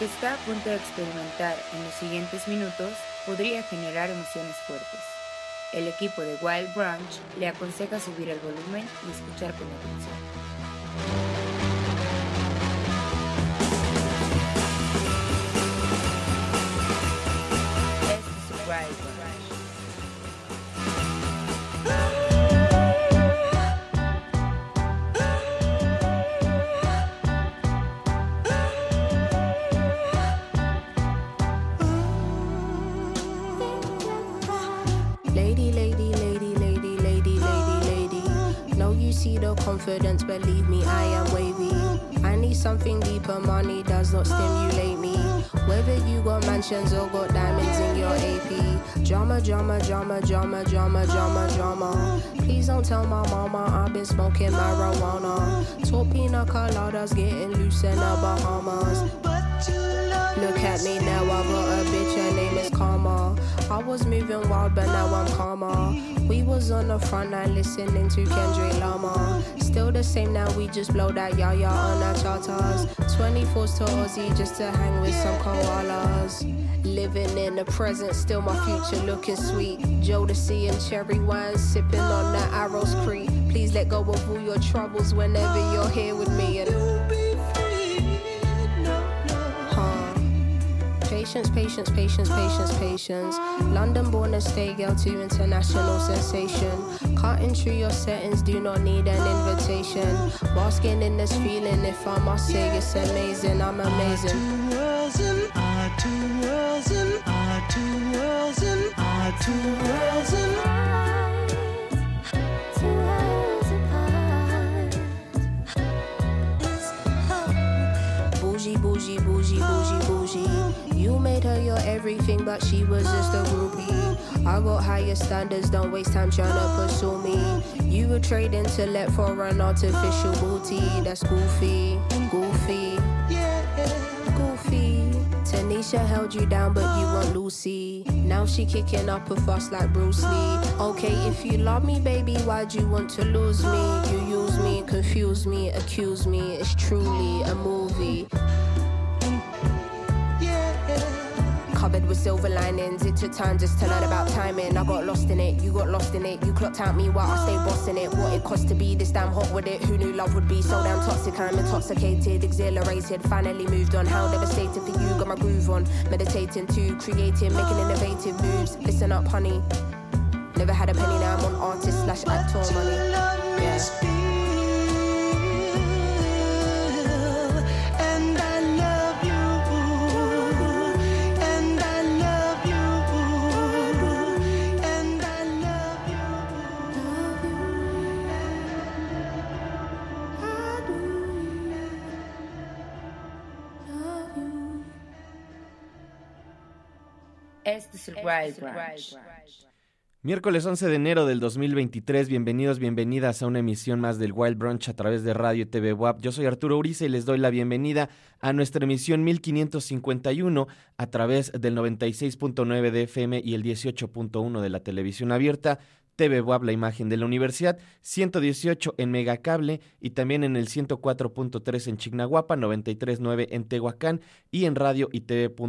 que está a punto de experimentar en los siguientes minutos podría generar emociones fuertes. El equipo de Wild Brunch le aconseja subir el volumen y escuchar con atención. Este es Wild Brunch. Confidence, believe me, I am wavy. I need something deeper, money does not stimulate me. Whether you got mansions or got diamonds in your AP. Drama, drama, drama, drama, drama, drama, drama. Please don't tell my mama I've been smoking marijuana. Talk pina coladas, getting loose in the Bahamas. Look at me now, I got a bitch, her name is Karma. I was moving wild, but now I'm calmer. We was on the front line listening to Kendrick Lamar. Still the same now, we just blow that yaya on our charters. 24s to Aussie just to hang with some koalas. Living in the present, still my future looking sweet. Jodeci and cherry wine, sipping on that Arrows Creek. Please let go of all your troubles whenever you're here with me. And patience, patience, patience, patience, patience. London born and stay girl to international sensation. Cutting through your settings, do not need an invitation. Basking in this feeling, if I must say it's amazing, I'm amazing. Our two worlds and our two worlds and our two worlds and bougie, bougie, bougie, bougie, bougie. You made her your everything, but she was just a groupie. I got higher standards, don't waste time trying to pursue me. You would trade intellect for an artificial booty. That's goofy, goofy, goofy. Tanisha held you down, but you want Lucy. Now she kicking up a fuss like Bruce Lee. Okay, if you love me, baby, why'd you want to lose me? You use me, confuse me, accuse me. It's truly a movie. Covered with silver linings, it took time just to learn about timing. I got lost in it, you got lost in it. You clocked out me while I stayed bossing it. What it cost to be this damn hot with it. Who knew love would be so damn toxic? I'm intoxicated, exhilarated. Finally moved on, how devastated for you. Got my groove on, meditating too, creating, making innovative moves. Listen up, honey. Never had a penny, now I'm on artist/actor money. Yeah. Este es el Wild Brunch. Miércoles 11 de enero del 2023, bienvenidos, bienvenidas a una emisión más del Wild Brunch a través de Radio y TV WAP. Yo soy Arturo Uriza y les doy la bienvenida a nuestra emisión 1551 a través del 96.9 de FM y el 18.1 de la televisión abierta. TV WAP, la imagen de la universidad, 118 en Megacable y también en el 104.3 en Chignahuapa, 93.9 en Tehuacán y en radio y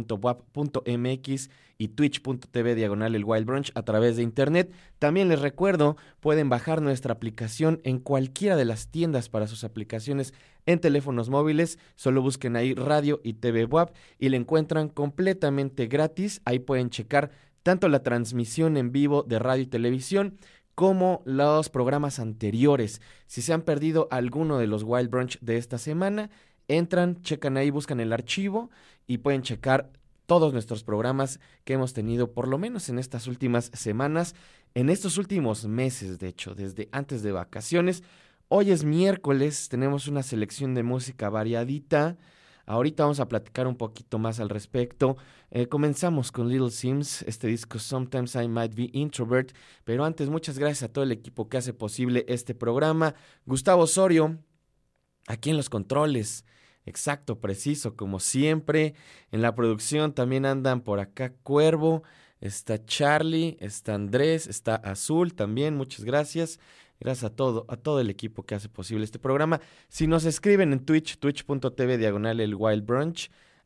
tv.wap.mx y twitch.tv/el Wild Brunch a través de internet. También les recuerdo, pueden bajar nuestra aplicación en cualquiera de las tiendas para sus aplicaciones en teléfonos móviles. Solo busquen ahí Radio y TV WAP y la encuentran completamente gratis. Ahí pueden checar tanto la transmisión en vivo de radio y televisión como los programas anteriores. Si se han perdido alguno de los Wild Brunch de esta semana, entran, checan ahí, buscan el archivo y pueden checar todos nuestros programas que hemos tenido por lo menos en estas últimas semanas, en estos últimos meses, de hecho, desde antes de vacaciones. Hoy es miércoles, tenemos una selección de música variadita. Ahorita vamos a platicar un poquito más al respecto. Comenzamos con Little Sims, este disco Sometimes I Might Be Introvert, pero antes muchas gracias a todo el equipo que hace posible este programa. Gustavo Osorio, aquí en los controles, exacto, preciso, como siempre. En la producción también andan por acá Cuervo, está Charlie, está Andrés, está Azul también, muchas gracias. Gracias a todo el equipo que hace posible este programa. Si nos escriben en Twitch, twitch.tv/el Wild Brunch,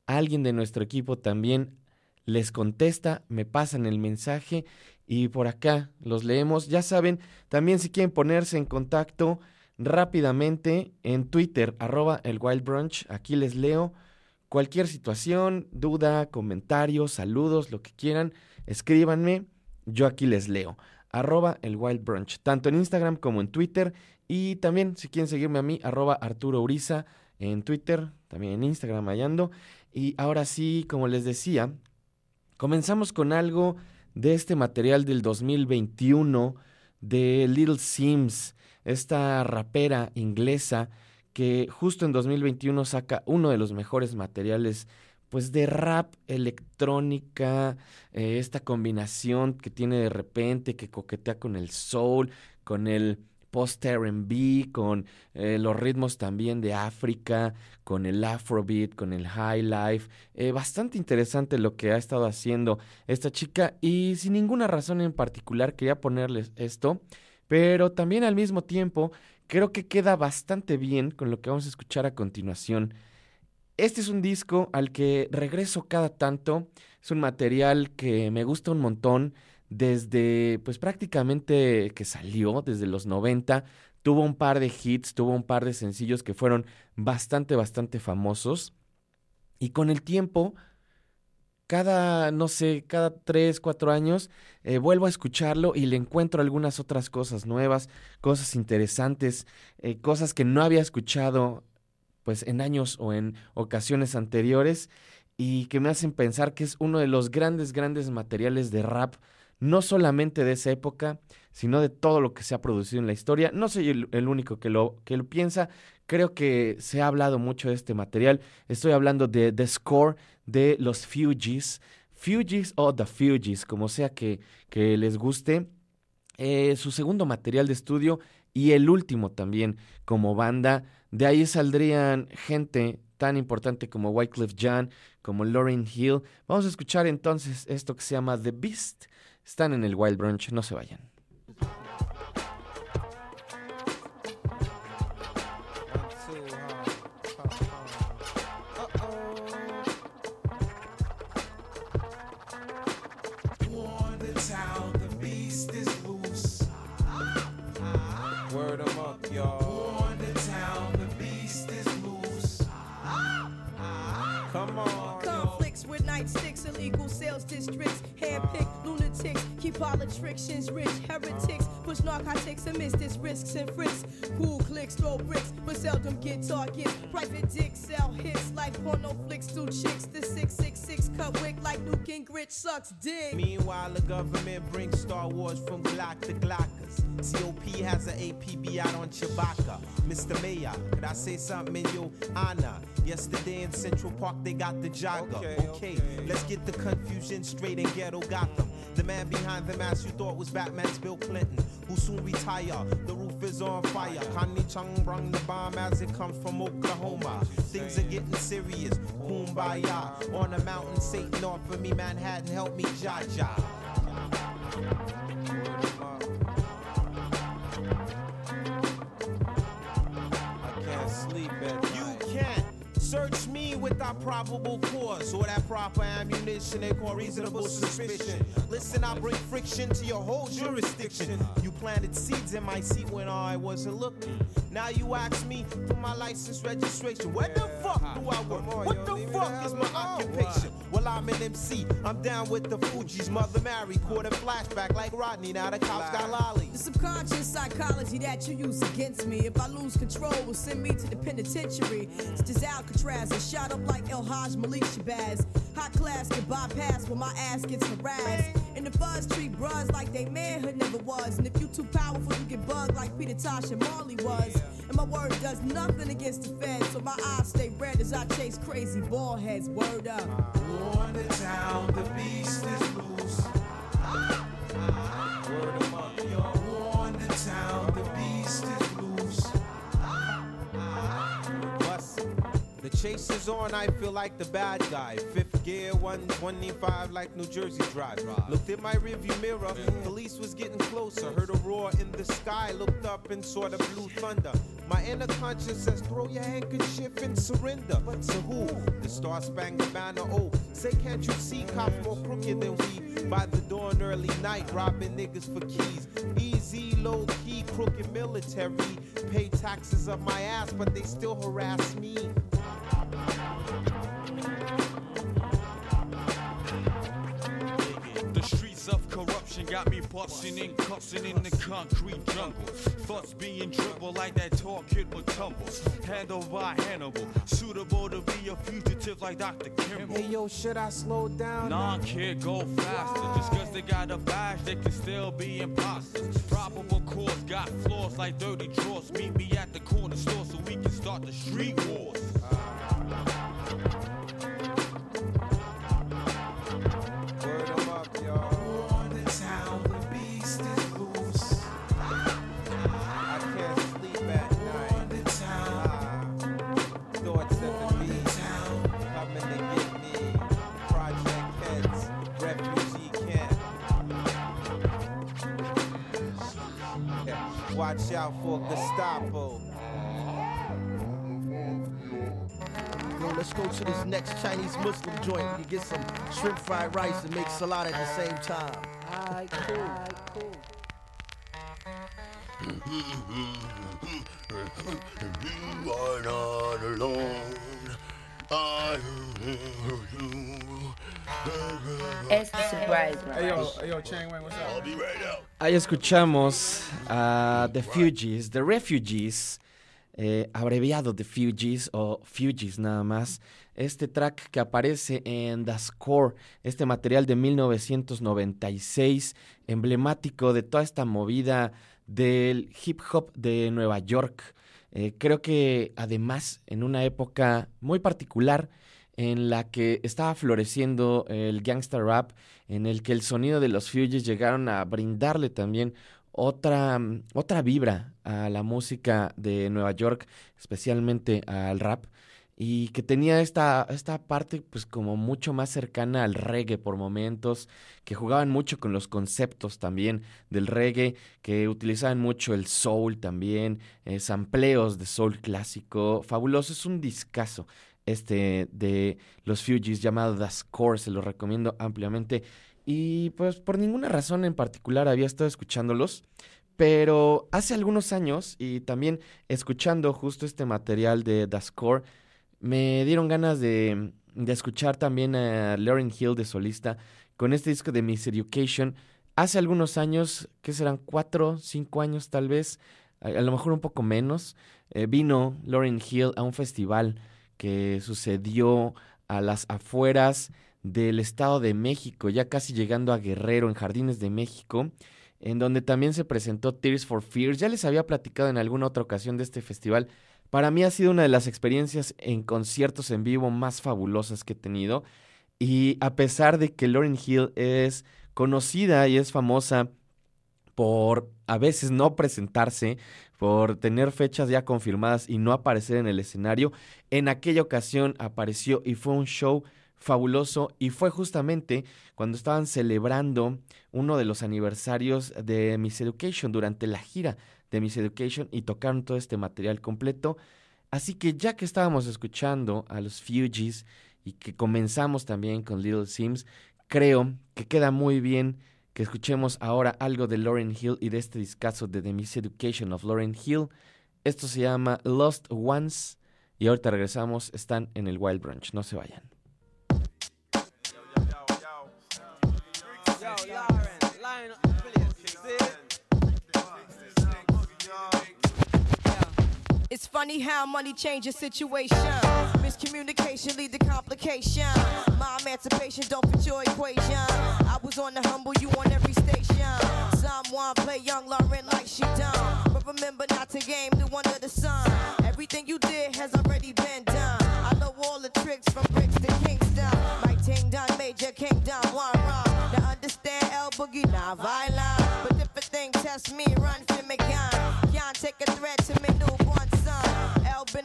alguien de nuestro equipo también les contesta, me pasan el mensaje y por acá los leemos. Ya saben, también si quieren ponerse en contacto rápidamente en Twitter, @elwildbrunch, aquí les leo cualquier situación, duda, comentario, saludos, lo que quieran, escríbanme, yo aquí les leo, @elwildbrunch, tanto en Instagram como en Twitter, y también si quieren seguirme a mí, @ArturoUriza en Twitter, también en Instagram hallando. Y ahora sí, como les decía, comenzamos con algo de este material del 2021 de Little Sims, esta rapera inglesa que justo en 2021 saca uno de los mejores materiales pues de rap, electrónica, esta combinación que tiene de repente, que coquetea con el soul, con el post R&B, con los ritmos también de África, con el afrobeat, con el high life. Bastante interesante lo que ha estado haciendo esta chica y sin ninguna razón en particular quería ponerles esto, pero también al mismo tiempo creo que queda bastante bien con lo que vamos a escuchar a continuación. Este es un disco al que regreso cada tanto, es un material que me gusta un montón desde pues prácticamente que salió, desde los 90, tuvo un par de hits, tuvo un par de sencillos que fueron bastante famosos y con el tiempo, cada 3, 4 años, vuelvo a escucharlo y le encuentro algunas otras cosas nuevas, cosas interesantes, cosas que no había escuchado pues en años o en ocasiones anteriores y que me hacen pensar que es uno de los grandes materiales de rap, no solamente de esa época, sino de todo lo que se ha producido en la historia. No soy el único que lo piensa, creo que se ha hablado mucho de este material. Estoy hablando de The Score de los Fugees o The Fugees, como sea que les guste. Su segundo material de estudio y el último también como banda. De ahí saldrían gente tan importante como Wyclef Jean, como Lauryn Hill. Vamos a escuchar entonces esto que se llama The Beast. Están en el Wild Brunch, no se vayan. Illegal sales districts, handpicked lunatics, keep politicians rich, heretics, push narcotics and miss this risks and frisks. Cool clicks, throw bricks, but seldom get targets. Private dicks sell hits like porno flicks to chicks. The 666 cut wick like Nuke Gingrich sucks dick. Meanwhile, the government brings Star Wars from Glock to Glockers. COP has an APB out on Chewbacca. Mr. Mayor, could I say something in your honor? Yesterday in Central Park, they got the jogger. Okay, let's get the confusion straight in ghetto Gotham. The man behind the mask you thought was Batman's Bill Clinton, who soon retire. The roof is on fire. Connie Chung brung the bomb as it comes from Oklahoma. Things are getting serious. Kumbaya. On the mountain, Satan offered me Manhattan, help me Jaja. I can't sleep at night. You can't search me without probable cause or that proper ammunition they call reasonable suspicion. Listen, I bring friction to your whole jurisdiction. You planted seeds in my seat when I wasn't looking. Now you ask me for my license registration. Where the fuck do I work? What the fuck is my occupation? Well, I'm an MC. I'm down with the Fugees. Mother Mary caught a flashback like Rodney. Now the cops got lollies. The subconscious psychology that you use against me. If I lose control, will send me to the penitentiary. Such as Alcatraz and shot up like El Haj Malik Shabazz. Hot class can bypass when my ass gets harassed. And the fuzz treat bras like they manhood never was. And if you too powerful, you get bugged like Peter Tosh and Marley was. And my word does nothing against the feds, so my eyes stay red as I chase crazy ball heads. Word up. On the town, the beast is loose. Word em up, yo. On the town, the beast is loose. Bustin'. The chase is on, I feel like the bad guy. Fifth gear, 125 like New Jersey Drive. Looked in my rearview mirror, police was getting closer. Heard a roar in the sky, looked up and saw the blue thunder. My inner conscience says, throw your handkerchief and surrender. But to who? The Star-Spangled Banner. Oh, say, can't you see cops more crooked than we? By the dawn, early night, robbing niggas for keys. Easy, low-key, crooked military. Pay taxes of my ass, but they still harass me. The streets of corruption got me busting and cussing in the concrete jungle. Thoughts being dribbled like that tall kid would tumble. Handled by Hannibal, suitable to be a fugitive like Dr. Kimball. Hey yo, should I slow down? Nah, kid, go faster. Just cause they got a badge, they can still be imposters. Probable cause got flaws like dirty drawers. Meet me at the corner store so we can start the street wars. Word 'em up, y'all. On the town, the beast is loose. I can't sleep at night. On the town, Thoughts of the on the beast town. coming to get me. Project Heads, refugee camp. Yeah, watch out for Gestapo. Yo, let's go to this next Chinese Muslim joint. We get some shrimp fried rice and make salad at the same time. Alright, cool. You are not alone. Este es el Wild Yo, Chang Wang, what's up? I'll be right out. Ahí escuchamos a The Fugees, The Refugees, abreviado The Fugees o Fugees nada más. Este track que aparece en The Score, este material de 1996, emblemático de toda esta movida del hip hop de Nueva York. Creo que además en una época muy particular en la que estaba floreciendo el gangsta rap, en el que el sonido de los Fugees llegaron a brindarle también otra vibra a la música de Nueva York, especialmente al rap, y que tenía esta parte pues como mucho más cercana al reggae por momentos, que jugaban mucho con los conceptos también del reggae, que utilizaban mucho el soul también, sampleos de soul clásico, fabuloso. Es un discazo de los Fugees llamado The Score, se lo recomiendo ampliamente, y pues por ninguna razón en particular había estado escuchándolos, pero hace algunos años, y también escuchando justo este material de The Score, me dieron ganas de escuchar también a Lauryn Hill de solista con este disco de Miseducation. Hace algunos años, ¿qué serán? 4, 5 años tal vez, a lo mejor un poco menos, vino Lauryn Hill a un festival que sucedió a las afueras del Estado de México, ya casi llegando a Guerrero, en Jardines de México, en donde también se presentó Tears for Fears. Ya les había platicado en alguna otra ocasión de este festival. Para mí ha sido una de las experiencias en conciertos en vivo más fabulosas que he tenido, y a pesar de que Lauryn Hill es conocida y es famosa por a veces no presentarse, por tener fechas ya confirmadas y no aparecer en el escenario, en aquella ocasión apareció y fue un show fabuloso, y fue justamente cuando estaban celebrando uno de los aniversarios de Miseducation, durante la gira de Miseducation, y tocaron todo este material completo. Así que ya que estábamos escuchando a los Fugees y que comenzamos también con Little Sims, creo que queda muy bien que escuchemos ahora algo de Lauryn Hill y de este discazo de The Miseducation of Lauryn Hill. Esto se llama Lost Ones, y ahorita regresamos. Están en el Wild Brunch, no se vayan. It's funny how money changes situation. Miscommunication lead to complication. My emancipation don't fit your equation. I was on the humble, you on every station. Someone play young Lauren like she done, but remember not to game new under the sun. Everything you did has already been done. I know all the tricks from bricks to Kingston. My ting done, Major Kingdom, one wrong. Now understand L Boogie, not violent, but if a thing test me, run for me gun. Can't take a threat to me newborn son. L been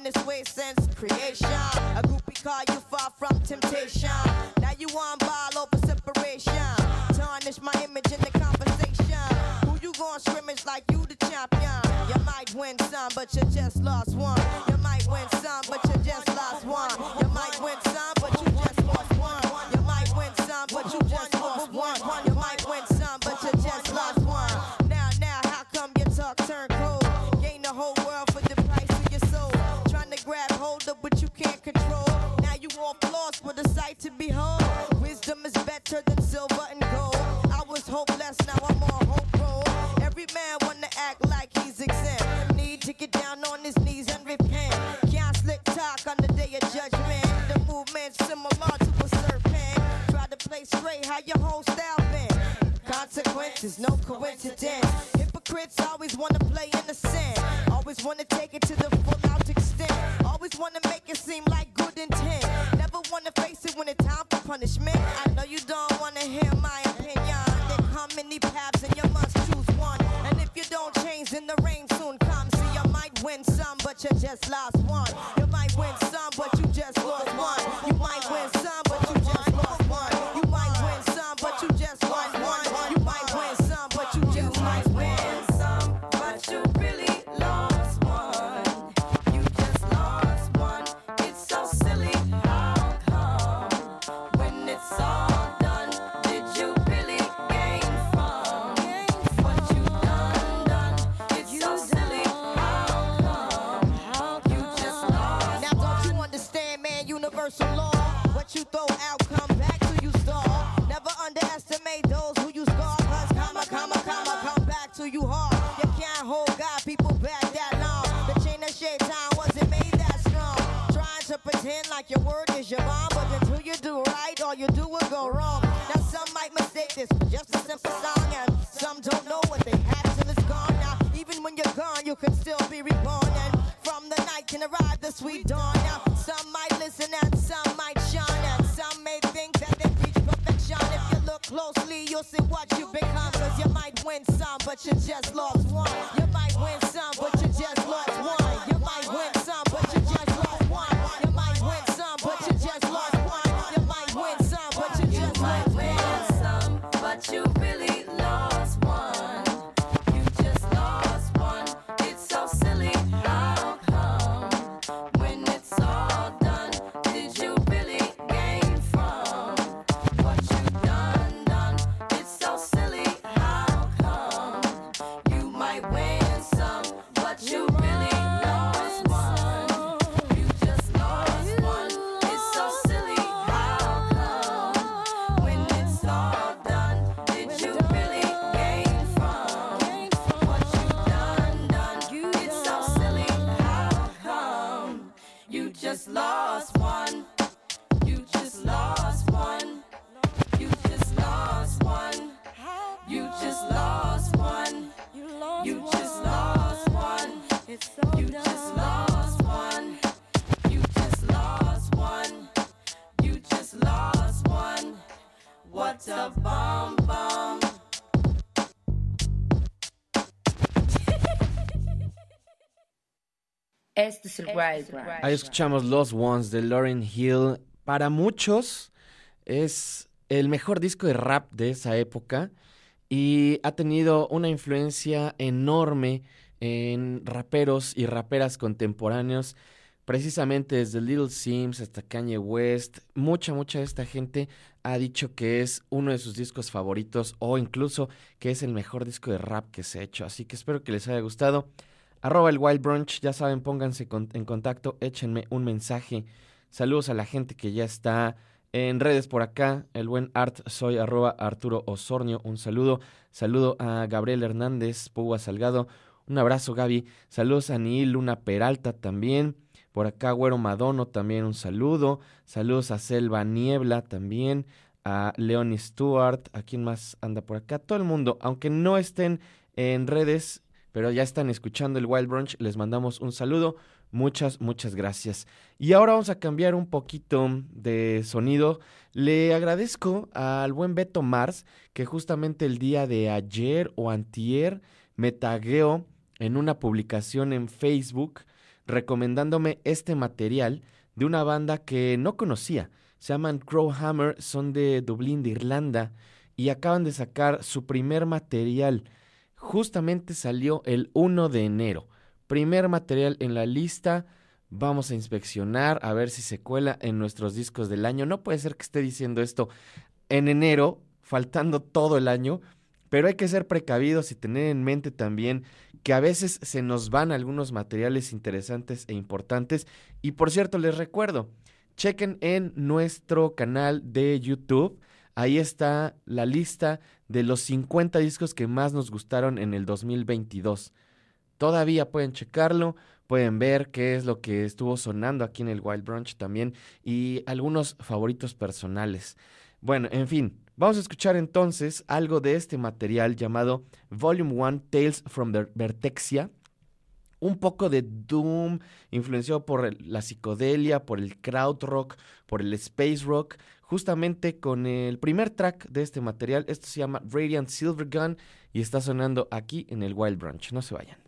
been this way since creation. A groupie call you far from temptation. Now you on ball over separation. Tarnish my image in the conversation. Who you gon' scrimmage like you the champion? You might win some, but you just lost one. You might win some, but you just lost one. You might win some, but you just lost one. You might win some, but you just lost one. You might win some, but you just lost one. Now, how come your talk turn cold? Gain the whole world for the price of your soul. Trying to grab hold of what you can't control. Now you off lost with a sight to behold. Wisdom is better than silver and gold. I was hopeless, now I'm on hope roll. Every man wanna act like he's exempt. Need to get down on his knees and repent. Can't slick talk on the day of judgment. The movement's similar to a serpent. Try to play straight, how your whole style been. Consequences, no coincidence. Hypocrites always wanna play innocent. Always wanna take it to the full out extent. Always wanna make it seem like good intent. Never wanna face it when it's time for punishment. I know you don't wanna hear my opinion. There come many paths and you must choose one. And if you don't change, then the rain soon comes. See, you might win some, but you just lost one. You might win some, but you just lost one. You might win some, but you just lost one. You might win some, but you just lost one. You might win some, but you just might win some, but you really lost one. You just lost one. It's so silly. How come when it's all done, did you really gain from what you done? It's so silly. How come you just lost? Now don't you understand, man? Universal law. What you throw out, come back to you stall. Never underestimate those who you scar. Cause come back to you hard. You can't hold God, people back that long. The chain of shaitan wasn't made that strong. Trying to pretend like your word is your bond, but until you do right, all you do will go wrong. Now some might mistake this for just a simple song, and some don't know what they have till it's gone. Now even when you're gone, you can still be reborn, and from the night can arrive the sweet dawn. Now some might listen and some might shine, and some may think that they reach perfection. If you look closely, you'll see what you become. Cause you might win some, but you just lost one. You might win some, but you just lost one. You might win some, but you just lost one. You might win some, but you just lost one. You might win some, but you just lost one. But you really lost one. You just lost one. It's so silly. How come when it's all done, did you really gain from what you done? It's so silly. How come you might win some, but you really lost one? You just lost one. It's so silly. How come when it's all done, did you really gain from what you done? It's so silly. How come you just lost one? You just lost one. You just lost one. You just lost one. You just lost one. You just lost one. You just lost one. You just lost one. What a bomb bomb. Este es el Wild Branch. Ahí escuchamos Lost Ones de Lauryn Hill. Para muchos es el mejor disco de rap de esa época y ha tenido una influencia enorme en raperos y raperas contemporáneos, precisamente desde Little Sims hasta Kanye West. Mucha de esta gente ha dicho que es uno de sus discos favoritos o incluso que es el mejor disco de rap que se ha hecho. Así que espero que les haya gustado. @el Wild Brunch, ya saben, pónganse en contacto, échenme un mensaje. Saludos a la gente que ya está en redes por acá. El buen Art, soy @Arturo Osornio, un saludo. Saludo a Gabriel Hernández, Púa Salgado, un abrazo Gaby. Saludos a Niil Luna Peralta también. Por acá Güero Madono también un saludo. Saludos a Selva Niebla también. A Leonie Stewart, ¿a quién más anda por acá? Todo el mundo, aunque no estén en redes, pero ya están escuchando el Wild Brunch, les mandamos un saludo. Muchas gracias. Y ahora vamos a cambiar un poquito de sonido. Le agradezco al buen Beto Mars, que justamente el día de ayer o antier me tagueó en una publicación en Facebook recomendándome este material de una banda que no conocía. Se llaman Crowhammer, son de Dublín, de Irlanda, y acaban de sacar su primer material. Justamente salió el 1 de enero. Primer material en la lista. Vamos a inspeccionar a ver si se cuela en nuestros discos del año. No puede ser que esté diciendo esto en enero, faltando todo el año, pero hay que ser precavidos y tener en mente también que a veces se nos van algunos materiales interesantes e importantes. Y por cierto, les recuerdo, chequen en nuestro canal de YouTube, ahí está la lista de los 50 discos que más nos gustaron en el 2022. Todavía pueden checarlo, pueden ver qué es lo que estuvo sonando aquí en el Wild Brunch también y algunos favoritos personales. Bueno, en fin, vamos a escuchar entonces algo de este material llamado Volume 1 Tales from the Vertexia. Un poco de doom, influenciado por la psicodelia, por el krautrock, por el space rock, justamente con el primer track de este material. Esto se llama Radiant Silver Gun y está sonando aquí en el Wild Brunch. No se vayan.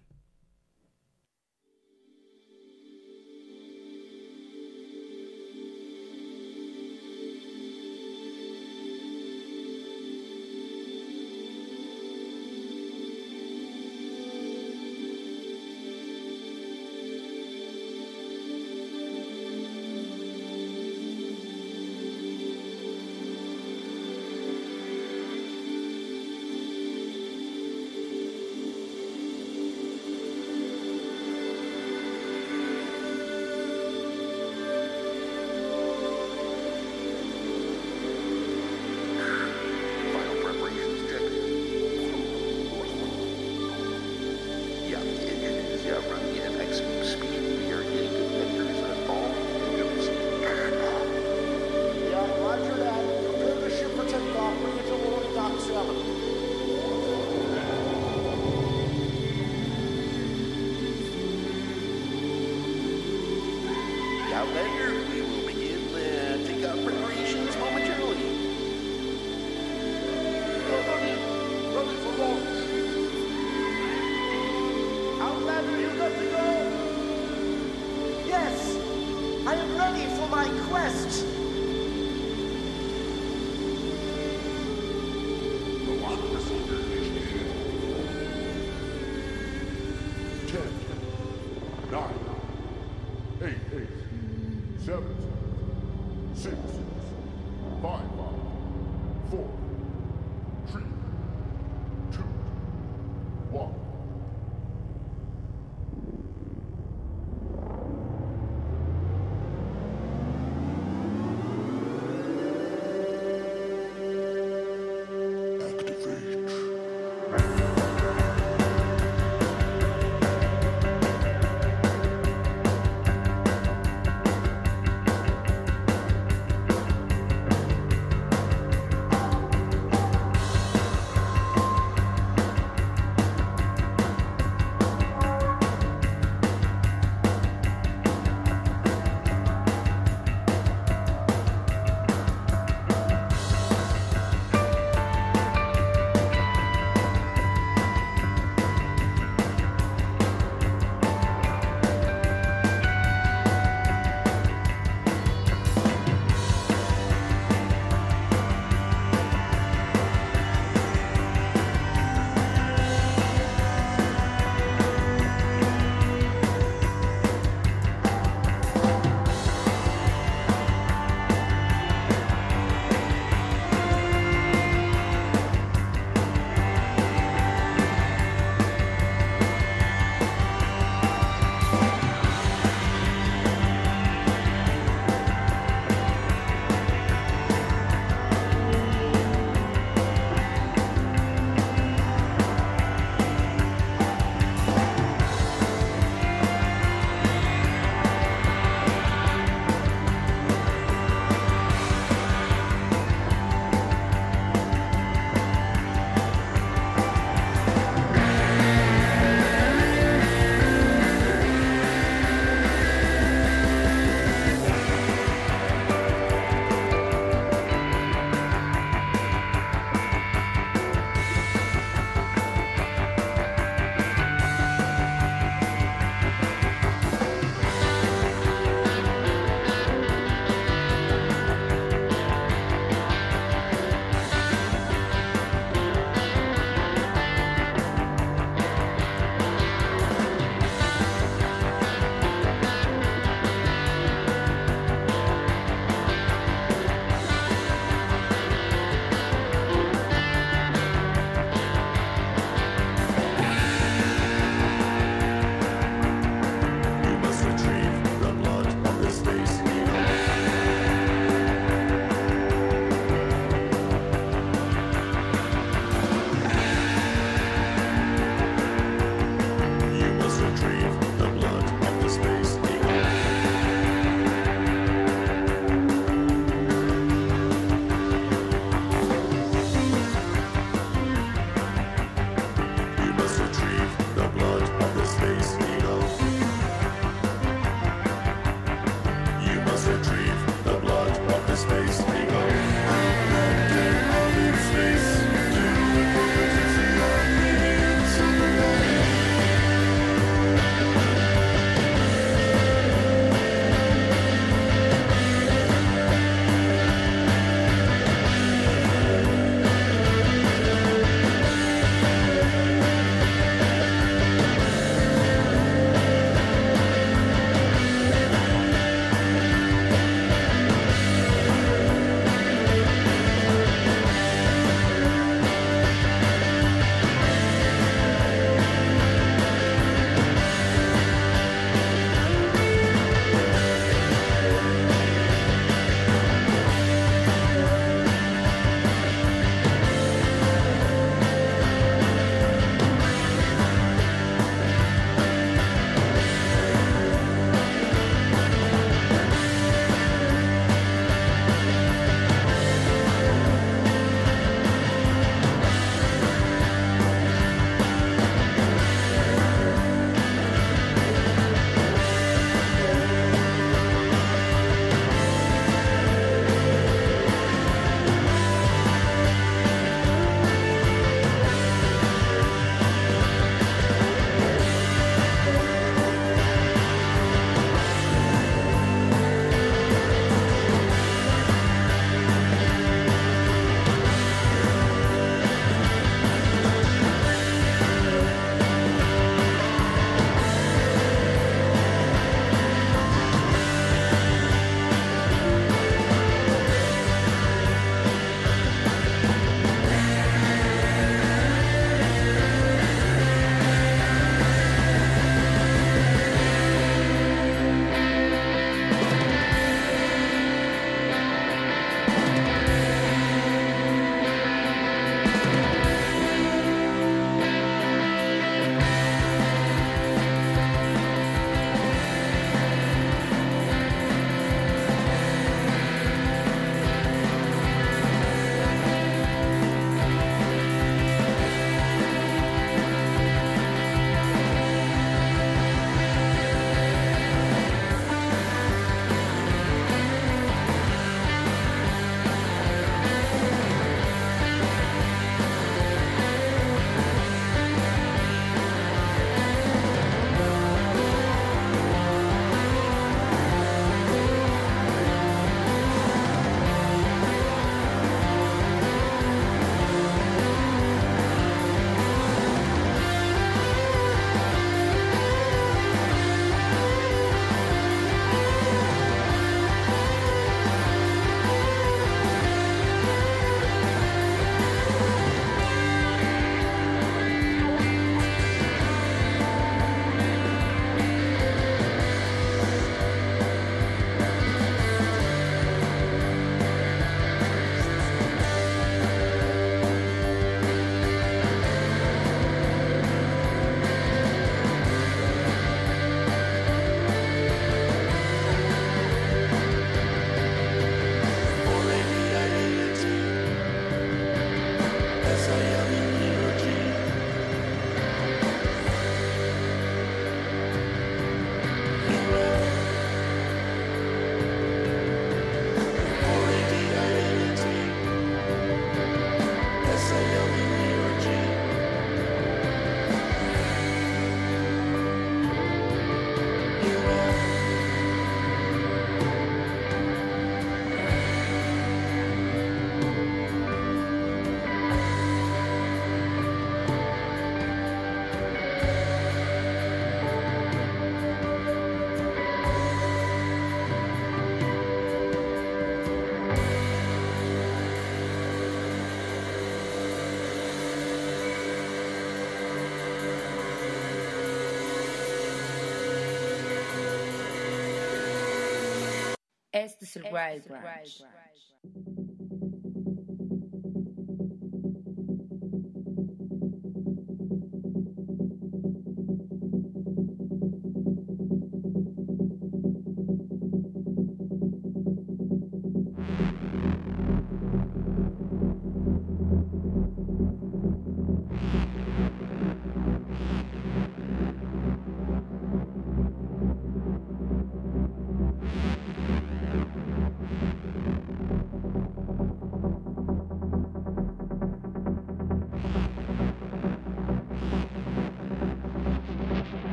Este es el Wild Branch.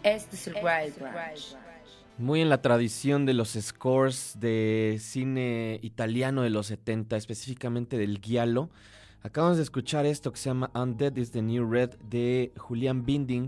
Este es el Wild Branch. Muy en la tradición de los scores de cine italiano de los 70, específicamente del Giallo. Acabamos de escuchar esto que se llama Undead is the New Red de Julian Binding.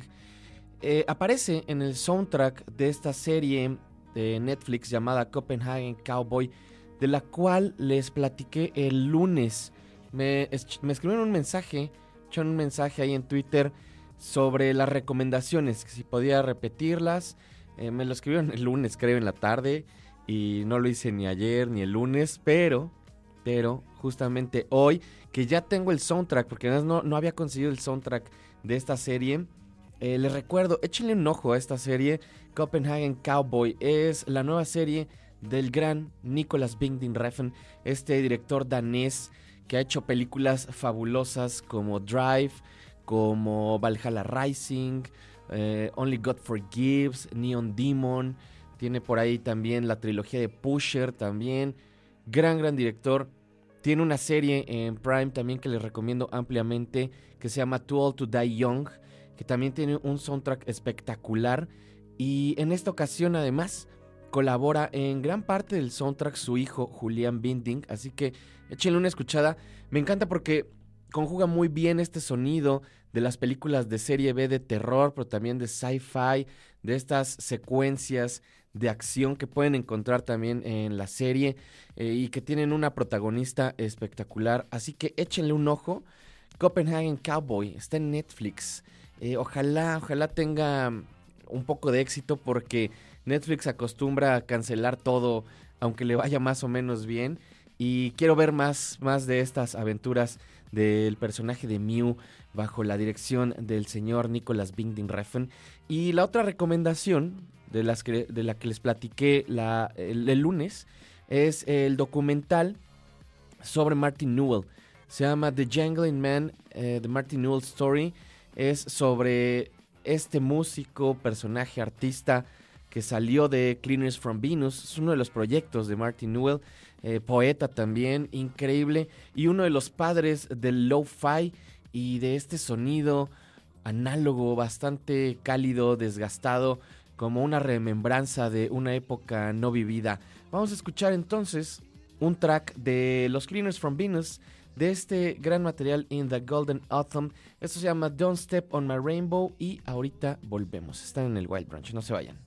Aparece en el soundtrack de esta serie de Netflix llamada Copenhagen Cowboy, de la cual les platiqué el lunes. Me escribieron un mensaje, echaron un mensaje ahí en Twitter sobre las recomendaciones, que si podía repetirlas. Me lo escribieron el lunes, creo, en la tarde, y no lo hice ni ayer ni el lunes, pero justamente hoy, que ya tengo el soundtrack, porque no había conseguido el soundtrack de esta serie, les recuerdo, échenle un ojo a esta serie. Copenhagen Cowboy es la nueva serie del gran Nicolas Winding Refn, este director danés que ha hecho películas fabulosas como Drive, como Valhalla Rising, Only God Forgives, Neon Demon. Tiene por ahí también la trilogía de Pusher también. Gran director. Tiene una serie en Prime también que les recomiendo ampliamente, que se llama Too Old to Die Young, que también tiene un soundtrack espectacular. Y en esta ocasión además colabora en gran parte del soundtrack su hijo Julian Binding. Así que échenle una escuchada. Me encanta porque conjuga muy bien este sonido de las películas de serie B de terror, pero también de sci-fi, de estas secuencias de acción que pueden encontrar también en la serie, y que tienen una protagonista espectacular. Así que échenle un ojo. Copenhagen Cowboy está en Netflix. Ojalá tenga un poco de éxito, porque Netflix acostumbra a cancelar todo aunque le vaya más o menos bien, y quiero ver más de estas aventuras del personaje de Mew bajo la dirección del señor Nicolas Winding Refn. Y la otra recomendación de la que les platiqué el lunes es el documental sobre Martin Newell. Se llama The Jangling Man, The Martin Newell Story. Es sobre este músico, personaje, artista que salió de Cleaners from Venus. Es uno de los proyectos de Martin Newell. Poeta también, increíble, y uno de los padres del lo-fi y de este sonido análogo, bastante cálido, desgastado, como una remembranza de una época no vivida. Vamos a escuchar entonces un track de los Cleaners from Venus, de este gran material In the Golden Autumn. Esto se llama Don't Step on My Rainbow, y ahorita volvemos. Están en el Wild Branch, no se vayan.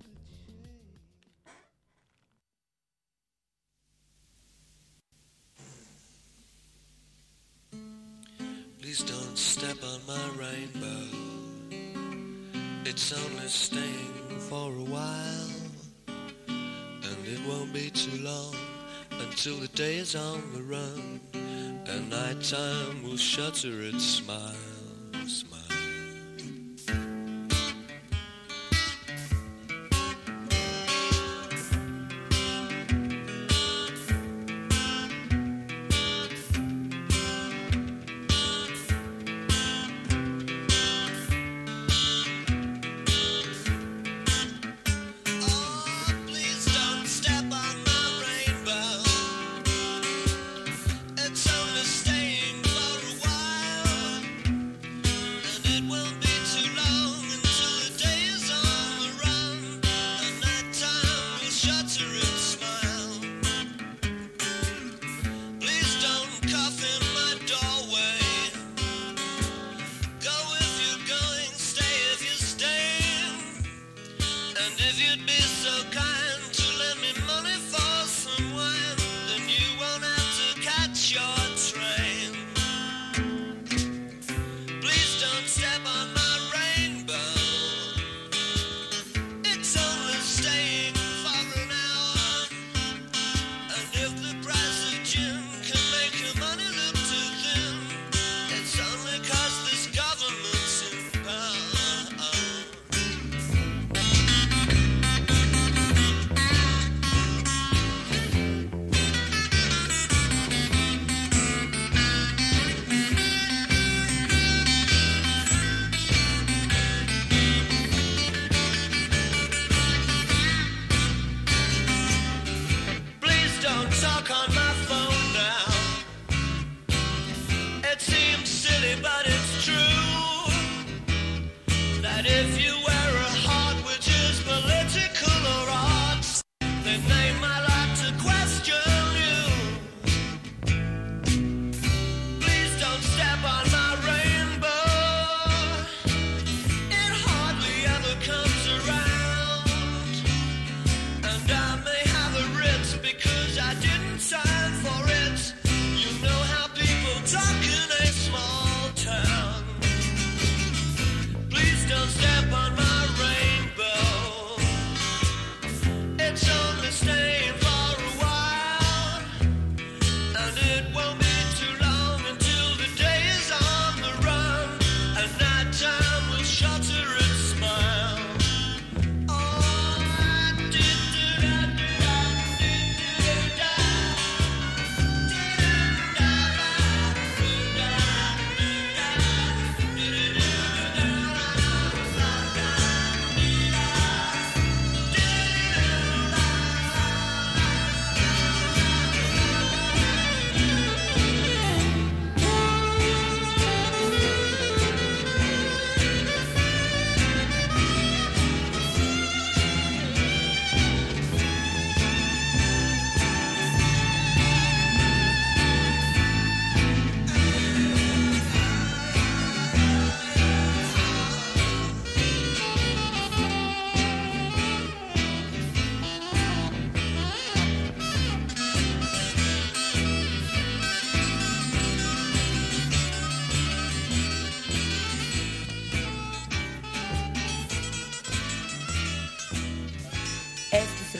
Please don't step on my rainbow. It's only staying for a while, and it won't be too long until the day is on the run, and nighttime will shutter its smile.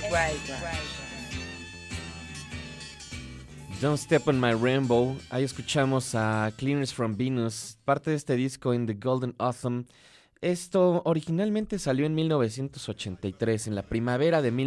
Wild. Don't Step on My Rainbow. Ahí escuchamos a Cleaners from Venus, parte de este disco In the Golden Autumn. Esto originalmente salió en 1983, en la primavera de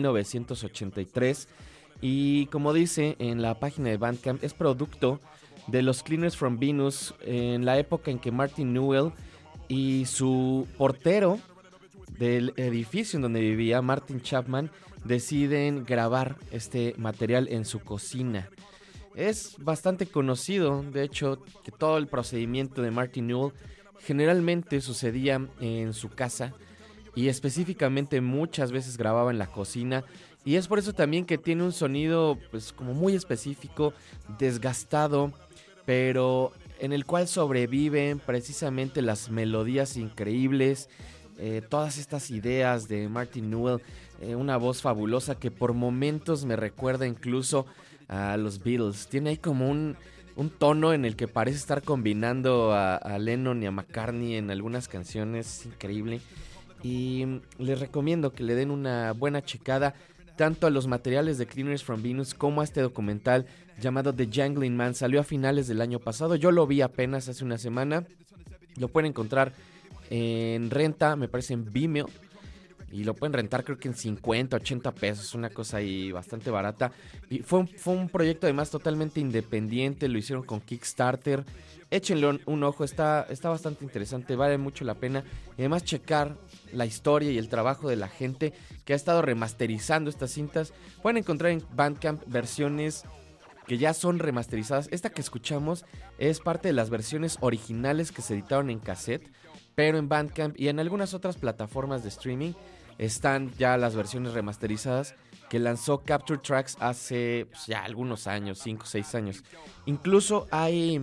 1983. Y como dice en la página de Bandcamp, es producto de los Cleaners from Venus en la época en que Martin Newell y su portero del edificio en donde vivía, Martin Chapman, deciden grabar este material en su cocina. Es bastante conocido, de hecho, que todo el procedimiento de Martin Newell generalmente sucedía en su casa y específicamente muchas veces grababa en la cocina, y es por eso también que tiene un sonido pues como muy específico, desgastado, pero en el cual sobreviven precisamente las melodías increíbles, todas estas ideas de Martin Newell, una voz fabulosa que por momentos me recuerda incluso a los Beatles. Tiene ahí como un tono en el que parece estar combinando a Lennon y a McCartney en algunas canciones, es increíble. Y les recomiendo que le den una buena checada tanto a los materiales de Cleaners from Venus como a este documental llamado The Jangling Man. Salió a finales del año pasado, yo lo vi apenas hace una semana. Lo pueden encontrar en renta, me parece en Vimeo, y lo pueden rentar creo que en 50, 80 pesos, una cosa ahí bastante barata. Y fue un proyecto además totalmente independiente, lo hicieron con Kickstarter. Échenle un ojo, está bastante interesante, vale mucho la pena. Y además checar la historia y el trabajo de la gente que ha estado remasterizando estas cintas. Pueden encontrar en Bandcamp versiones que ya son remasterizadas. Esta que escuchamos es parte de las versiones originales que se editaron en cassette, pero en Bandcamp y en algunas otras plataformas de streaming están ya las versiones remasterizadas que lanzó Capture Tracks hace pues, ya algunos años, 5 o 6 años. Incluso hay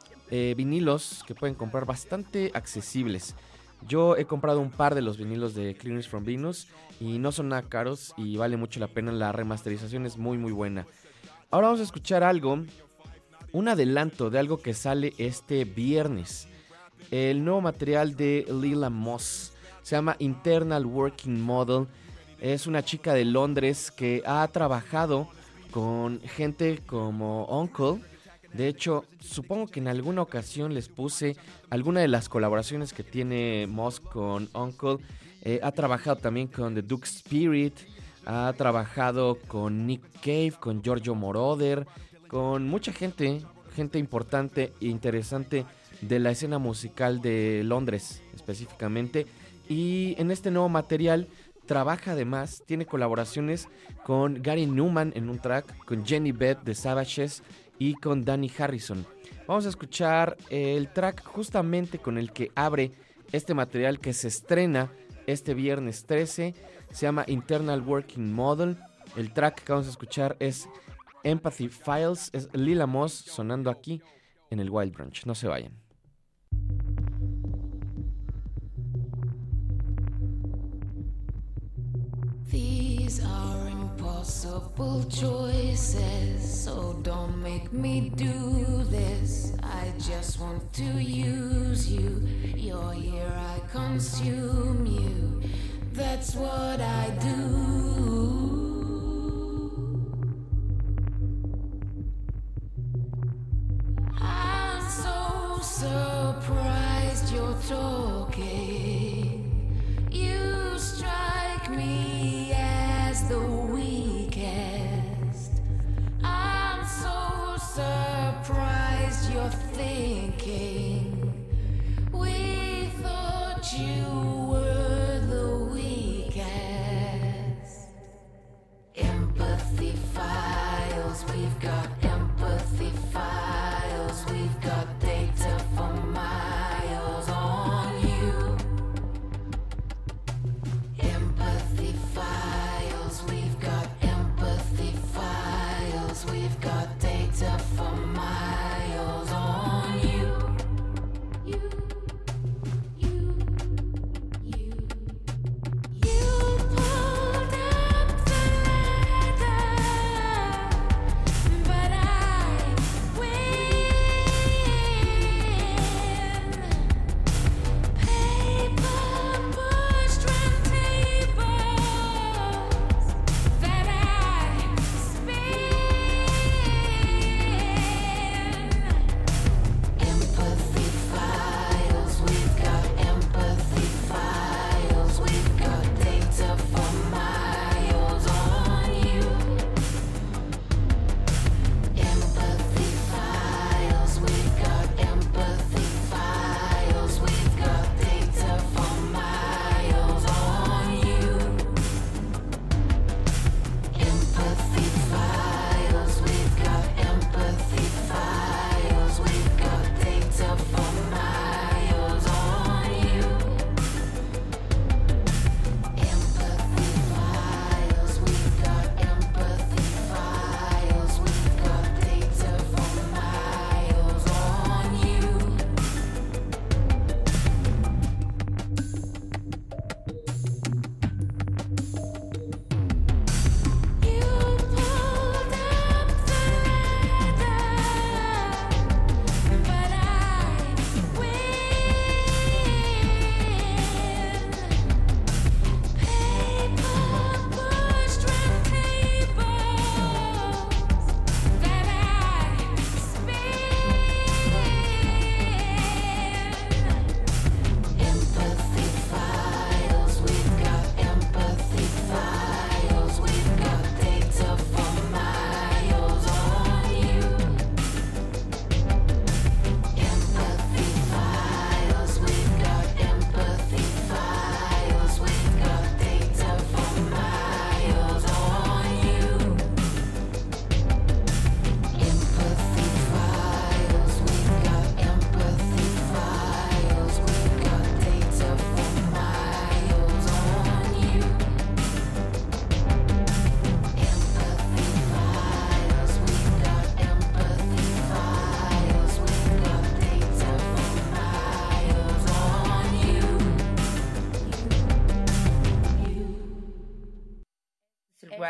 vinilos que pueden comprar bastante accesibles. Yo he comprado un par de los vinilos de Cleaners from Venus y no son nada caros y vale mucho la pena. La remasterización es muy muy buena. Ahora vamos a escuchar un adelanto de algo que sale este viernes. El nuevo material de Lila Moss se llama Internal Working Model. Es una chica de Londres que ha trabajado con gente como Uncle. De hecho, supongo que en alguna ocasión les puse alguna de las colaboraciones que tiene Moss con Uncle. Ha trabajado también con The Duke Spirit, ha trabajado con Nick Cave, con Giorgio Moroder, con mucha gente importante e interesante de la escena musical de Londres específicamente. Y en este nuevo material trabaja además, tiene colaboraciones con Gary Newman en un track, con Jenny Beth de Savages y con Danny Harrison. Vamos a escuchar el track justamente con el que abre este material que se estrena este viernes 13. Se llama Internal Working Model. El track que vamos a escuchar es Empathy Files. Es Lila Moss sonando aquí en el Wild Brunch. No se vayan. These are impossible choices, so don't make me do this. I just want to use you. You're here, I consume you. That's what I do. I'm so surprised you're talking. You strike me as the weakest. I'm so surprised you're thinking. We thought you were the weakest. Empathy files, we've got empathy files. We've got data for miles on you. Empathy files, we've got empathy files. We've got data for miles on you. You.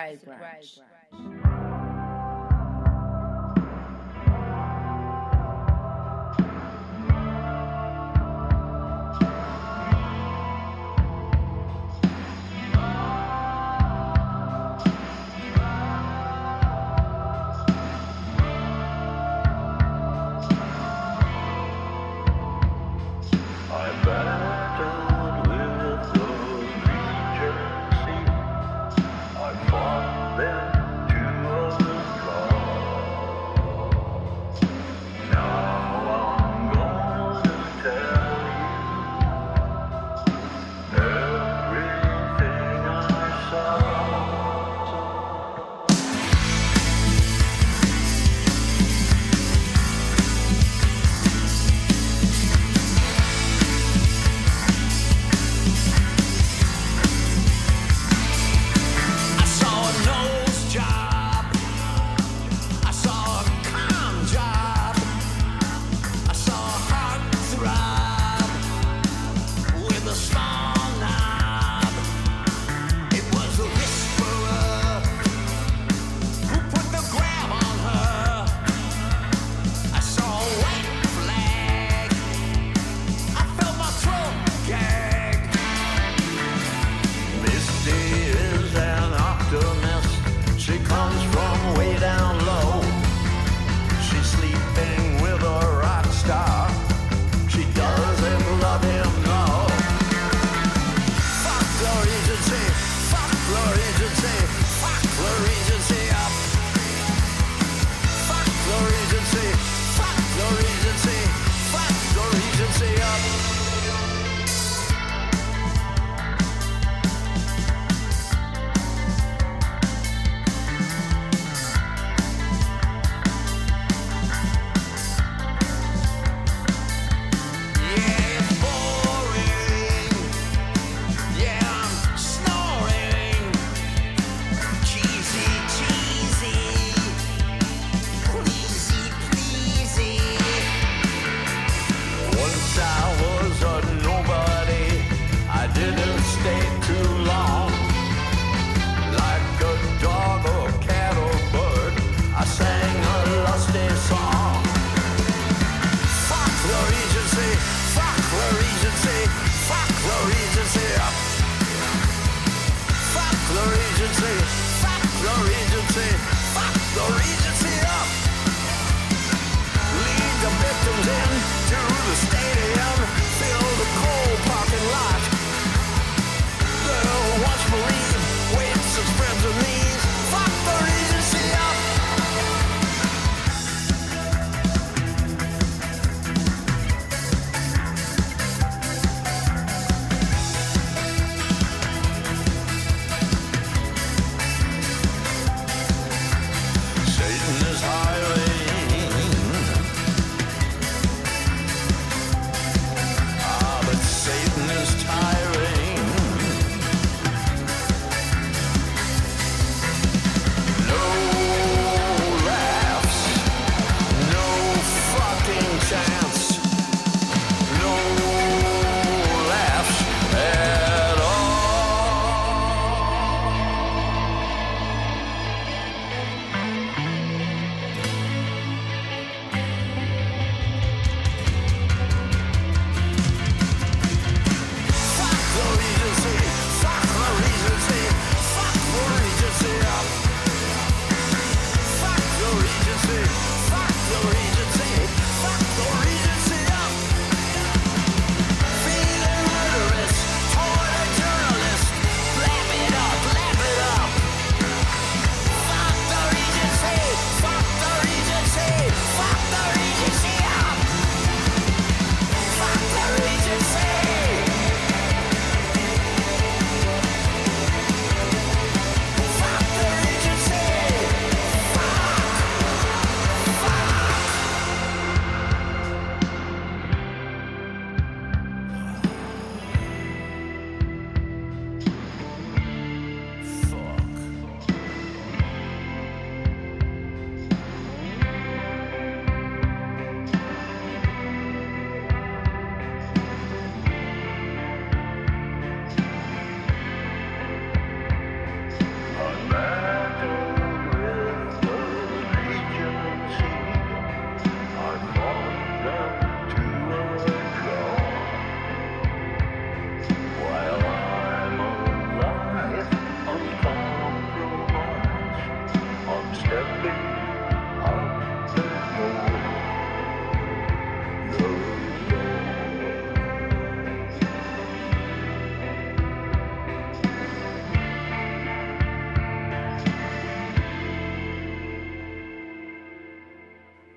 Wild Branch. I fought them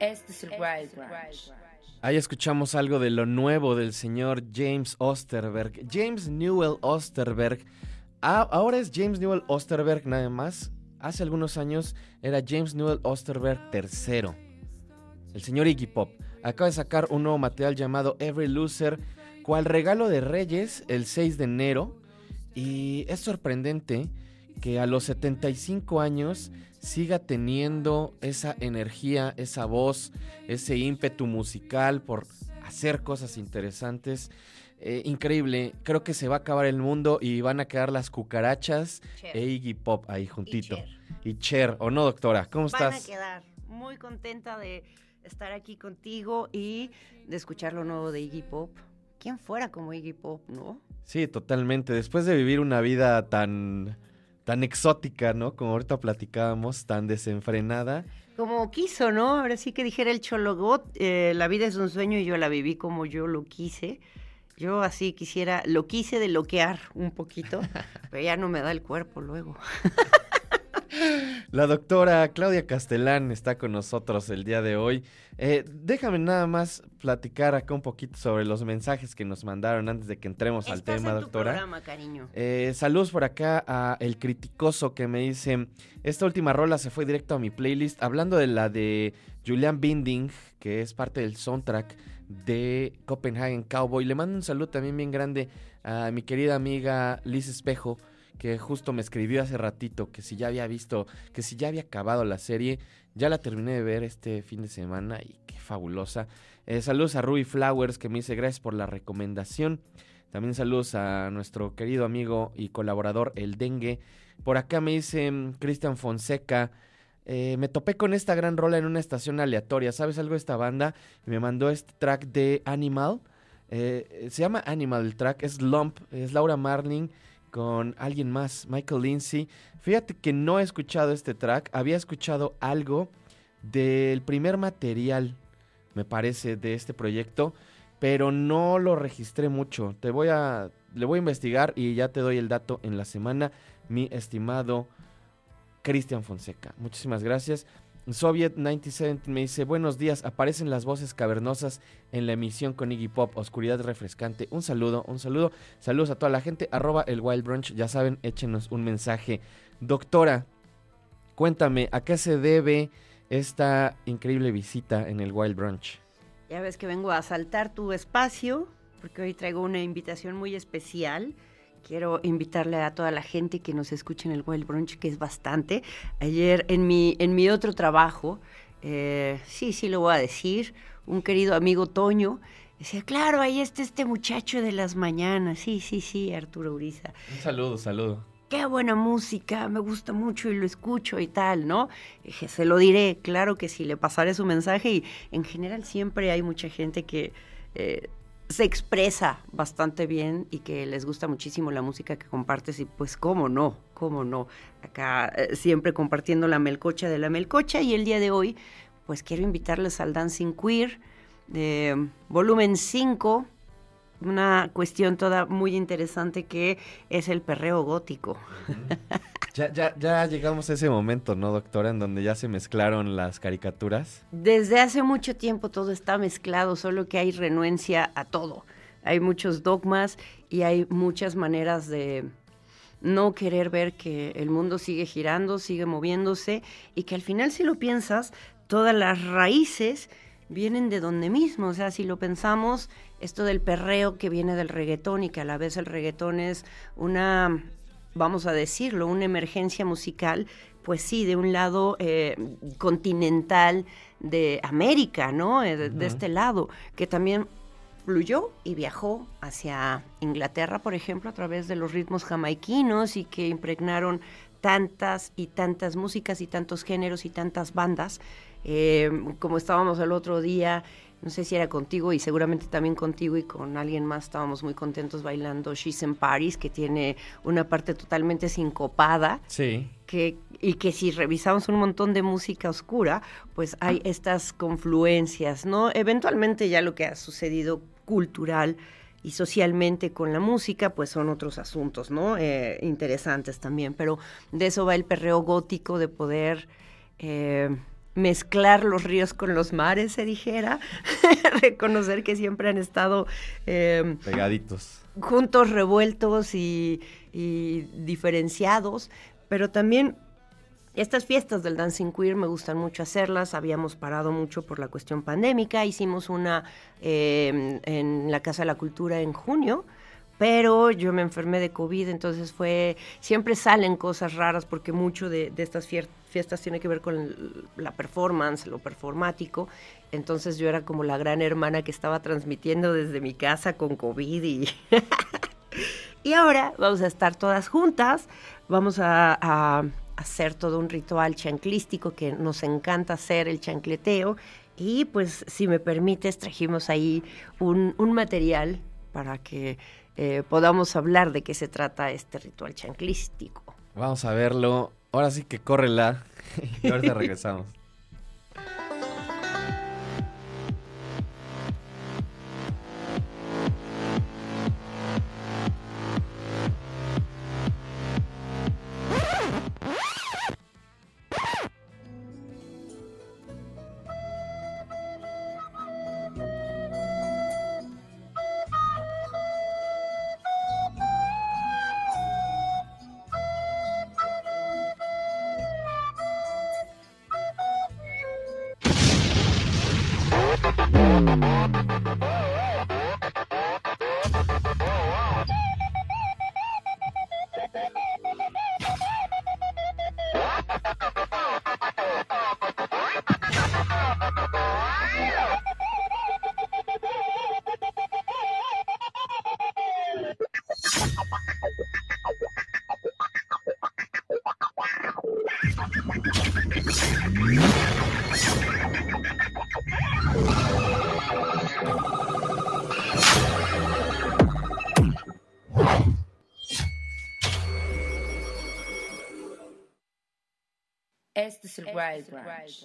Este es el Wild Brunch. Ahí escuchamos algo de lo nuevo del señor James Osterberg. James Newell Osterberg. Ahora es James Newell Osterberg nada más. Hace algunos años era James Newell Osterberg III. El señor Iggy Pop acaba de sacar un nuevo material llamado Every Loser, cual regalo de Reyes el 6 de enero. Y es sorprendente que a los 75 años siga teniendo esa energía, esa voz, ese ímpetu musical por hacer cosas interesantes. Increíble, creo que se va a acabar el mundo y van a quedar las cucarachas e Iggy Pop ahí juntito. Y Cher, ¿o no, doctora? ¿Cómo estás? Van a quedar muy contenta de estar aquí contigo y de escuchar lo nuevo de Iggy Pop. ¿Quién fuera como Iggy Pop, no? Sí, totalmente. Después de vivir una vida tan exótica, ¿no? Como ahorita platicábamos, tan desenfrenada. Como quiso, ¿no? Ahora sí que dijera el Chologot, la vida es un sueño y yo la viví como yo lo quise. Yo así lo quise de loquear un poquito, pero ya no me da el cuerpo luego. La doctora Claudia Castellán está con nosotros el día de hoy. Déjame nada más platicar acá un poquito sobre los mensajes que nos mandaron antes de que entremos al tema, doctora. Estás en tu programa, cariño. Saludos por acá a El Criticoso, que me dice: esta última rola se fue directo a mi playlist, hablando de la de Julian Binding, que es parte del soundtrack de Copenhagen Cowboy. Le mando un saludo también bien grande a mi querida amiga Liz Espejo, que justo me escribió hace ratito que si ya había visto, que si ya había acabado la serie. Ya la terminé de ver este fin de semana y qué fabulosa. Saludos a Ruby Flowers, que me dice gracias por la recomendación. También saludos a nuestro querido amigo y colaborador El Dengue. Por acá me dice Cristian Fonseca: me topé con esta gran rola en una estación aleatoria. ¿Sabes algo de esta banda? Y me mandó este track de Animal. Se llama Animal el track, es Lump, es Laura Marling con alguien más, Michael Lindsay. Fíjate que no he escuchado este track, había escuchado algo del primer material, me parece, de este proyecto, pero no lo registré mucho. Le voy a investigar y ya te doy el dato en la semana, mi estimado Cristian Fonseca. Muchísimas gracias. Soviet 97 me dice: buenos días, aparecen las voces cavernosas en la emisión con Iggy Pop, oscuridad refrescante. Un saludo. Saludos a toda la gente, @el Wild Brunch, ya saben, échenos un mensaje. Doctora, cuéntame, ¿a qué se debe esta increíble visita en el Wild Brunch? Ya ves que vengo a asaltar tu espacio, porque hoy traigo una invitación muy especial. Quiero invitarle a toda la gente que nos escuche en el Wild Brunch, que es bastante. Ayer en mi otro trabajo, sí lo voy a decir, un querido amigo Toño decía: claro, ahí está este muchacho de las mañanas. Sí, Arturo Uriza. Un saludo. Qué buena música, me gusta mucho y lo escucho y tal, ¿no? Dije, se lo diré, claro que sí, le pasaré su mensaje. Y en general siempre hay mucha gente que se expresa bastante bien y que les gusta muchísimo la música que compartes, y pues cómo no, acá siempre compartiendo la melcocha de la melcocha. Y el día de hoy pues quiero invitarles al Dancing Queer de volumen 5, una cuestión toda muy interesante que es el perreo gótico. Ya llegamos a ese momento, ¿no, doctora? En donde ya se mezclaron las caricaturas. Desde hace mucho tiempo todo está mezclado, solo que hay renuencia a todo. Hay muchos dogmas y hay muchas maneras de no querer ver que el mundo sigue girando, sigue moviéndose, y que al final, si lo piensas, todas las raíces vienen de donde mismo. O sea, si lo pensamos, esto del perreo que viene del reggaetón, y que a la vez el reggaetón es una, vamos a decirlo, una emergencia musical, pues sí, de un lado continental de América, ¿no? De este lado, que también fluyó y viajó hacia Inglaterra, por ejemplo, a través de los ritmos jamaiquinos, y que impregnaron tantas y tantas músicas y tantos géneros y tantas bandas. Como estábamos el otro día, no sé si era contigo y seguramente también contigo y con alguien más, estábamos muy contentos bailando She's in Paris, que tiene una parte totalmente sincopada. Sí. Y que si revisamos un montón de música oscura, pues hay estas confluencias, ¿no? Eventualmente ya lo que ha sucedido cultural y socialmente con la música, pues son otros asuntos, ¿no? Interesantes también, pero de eso va el perreo gótico, de poder mezclar los ríos con los mares, se dijera, reconocer que siempre han estado pegaditos, juntos, revueltos y diferenciados, pero también estas fiestas del Dancing Queer me gustan mucho hacerlas. Habíamos parado mucho por la cuestión pandémica, hicimos una en la Casa de la Cultura en junio, pero yo me enfermé de COVID, entonces siempre salen cosas raras porque mucho de estas fiestas tiene que ver con la performance, lo performático. Entonces yo era como la gran hermana que estaba transmitiendo desde mi casa con COVID y ahora vamos a estar todas juntas, vamos a hacer todo un ritual chanclístico que nos encanta hacer, el chancleteo, y pues si me permites trajimos ahí un material para que podamos hablar de qué se trata este ritual chanclístico. Vamos a verlo, ahora sí que córrela y ahorita regresamos. Este es el Wild Brunch.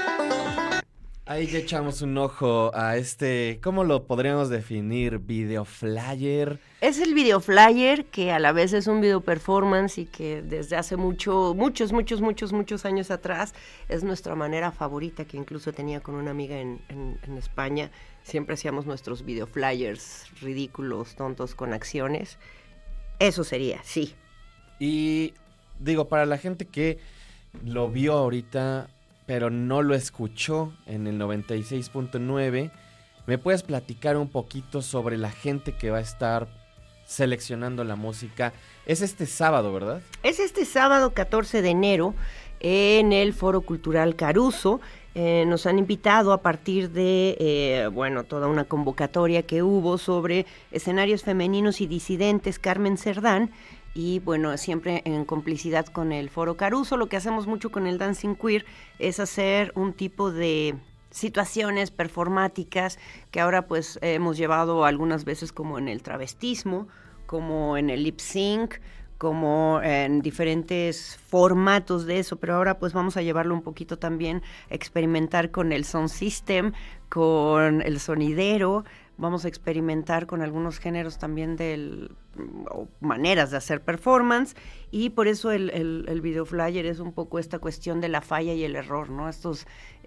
Ahí ya echamos un ojo a ¿cómo lo podríamos definir? ¿Video flyer? Es el video flyer que a la vez es un video performance y que desde hace muchos años atrás es nuestra manera favorita, que incluso tenía con una amiga en España. Siempre hacíamos nuestros video flyers ridículos, tontos, con acciones. Eso sería, sí. Y digo, para la gente que lo vio ahorita, pero no lo escuchó en el 96.9, ¿me puedes platicar un poquito sobre la gente que va a estar seleccionando la música? Es este sábado, ¿verdad? Es este sábado 14 de enero en el Foro Cultural Caruso. Nos han invitado a partir de, toda una convocatoria que hubo sobre escenarios femeninos y disidentes, Carmen Cerdán. Y bueno, siempre en complicidad con el Foro Caruso. Lo que hacemos mucho con el Dancing Queer es hacer un tipo de situaciones performáticas que ahora pues hemos llevado algunas veces como en el travestismo, como en el lip sync, como en diferentes formatos de eso, pero ahora pues vamos a llevarlo un poquito también, experimentar con el sound system, con el sonidero. Vamos a experimentar con algunos géneros también o maneras de hacer performance, y por eso el video flyer es un poco esta cuestión de la falla y el error, ¿no? Estos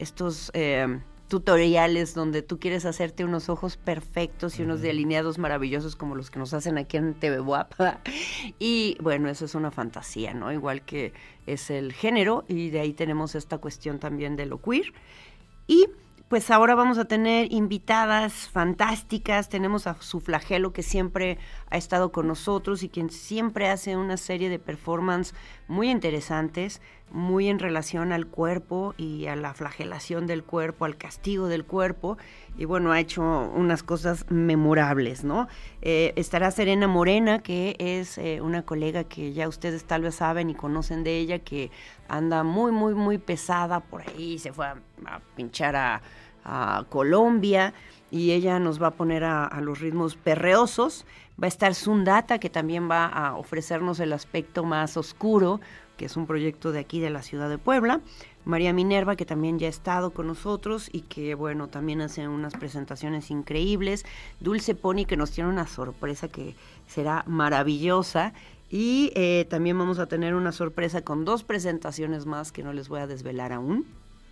tutoriales donde tú quieres hacerte unos ojos perfectos y unos delineados maravillosos como los que nos hacen aquí en TV WAP. Y bueno, eso es una fantasía, ¿no? Igual que es el género, y de ahí tenemos esta cuestión también de lo queer. Y pues ahora vamos a tener invitadas fantásticas. Tenemos a Su Flagelo, que siempre ha estado con nosotros y quien siempre hace una serie de performances muy interesantes, muy en relación al cuerpo y a la flagelación del cuerpo, al castigo del cuerpo. Y bueno, ha hecho unas cosas memorables, ¿no? Estará Serena Morena, que es una colega que ya ustedes tal vez saben y conocen de ella, que anda muy, muy, muy pesada por ahí. Se fue a pinchar a Colombia, y ella nos va a poner a los ritmos perreosos. Va a estar Sundata, que también va a ofrecernos el aspecto más oscuro, que es un proyecto de aquí de la ciudad de Puebla. María Minerva, que también ya ha estado con nosotros y que, bueno, también hace unas presentaciones increíbles. Dulce Pony, que nos tiene una sorpresa que será maravillosa. Y también vamos a tener una sorpresa con 2 presentaciones más que no les voy a desvelar aún.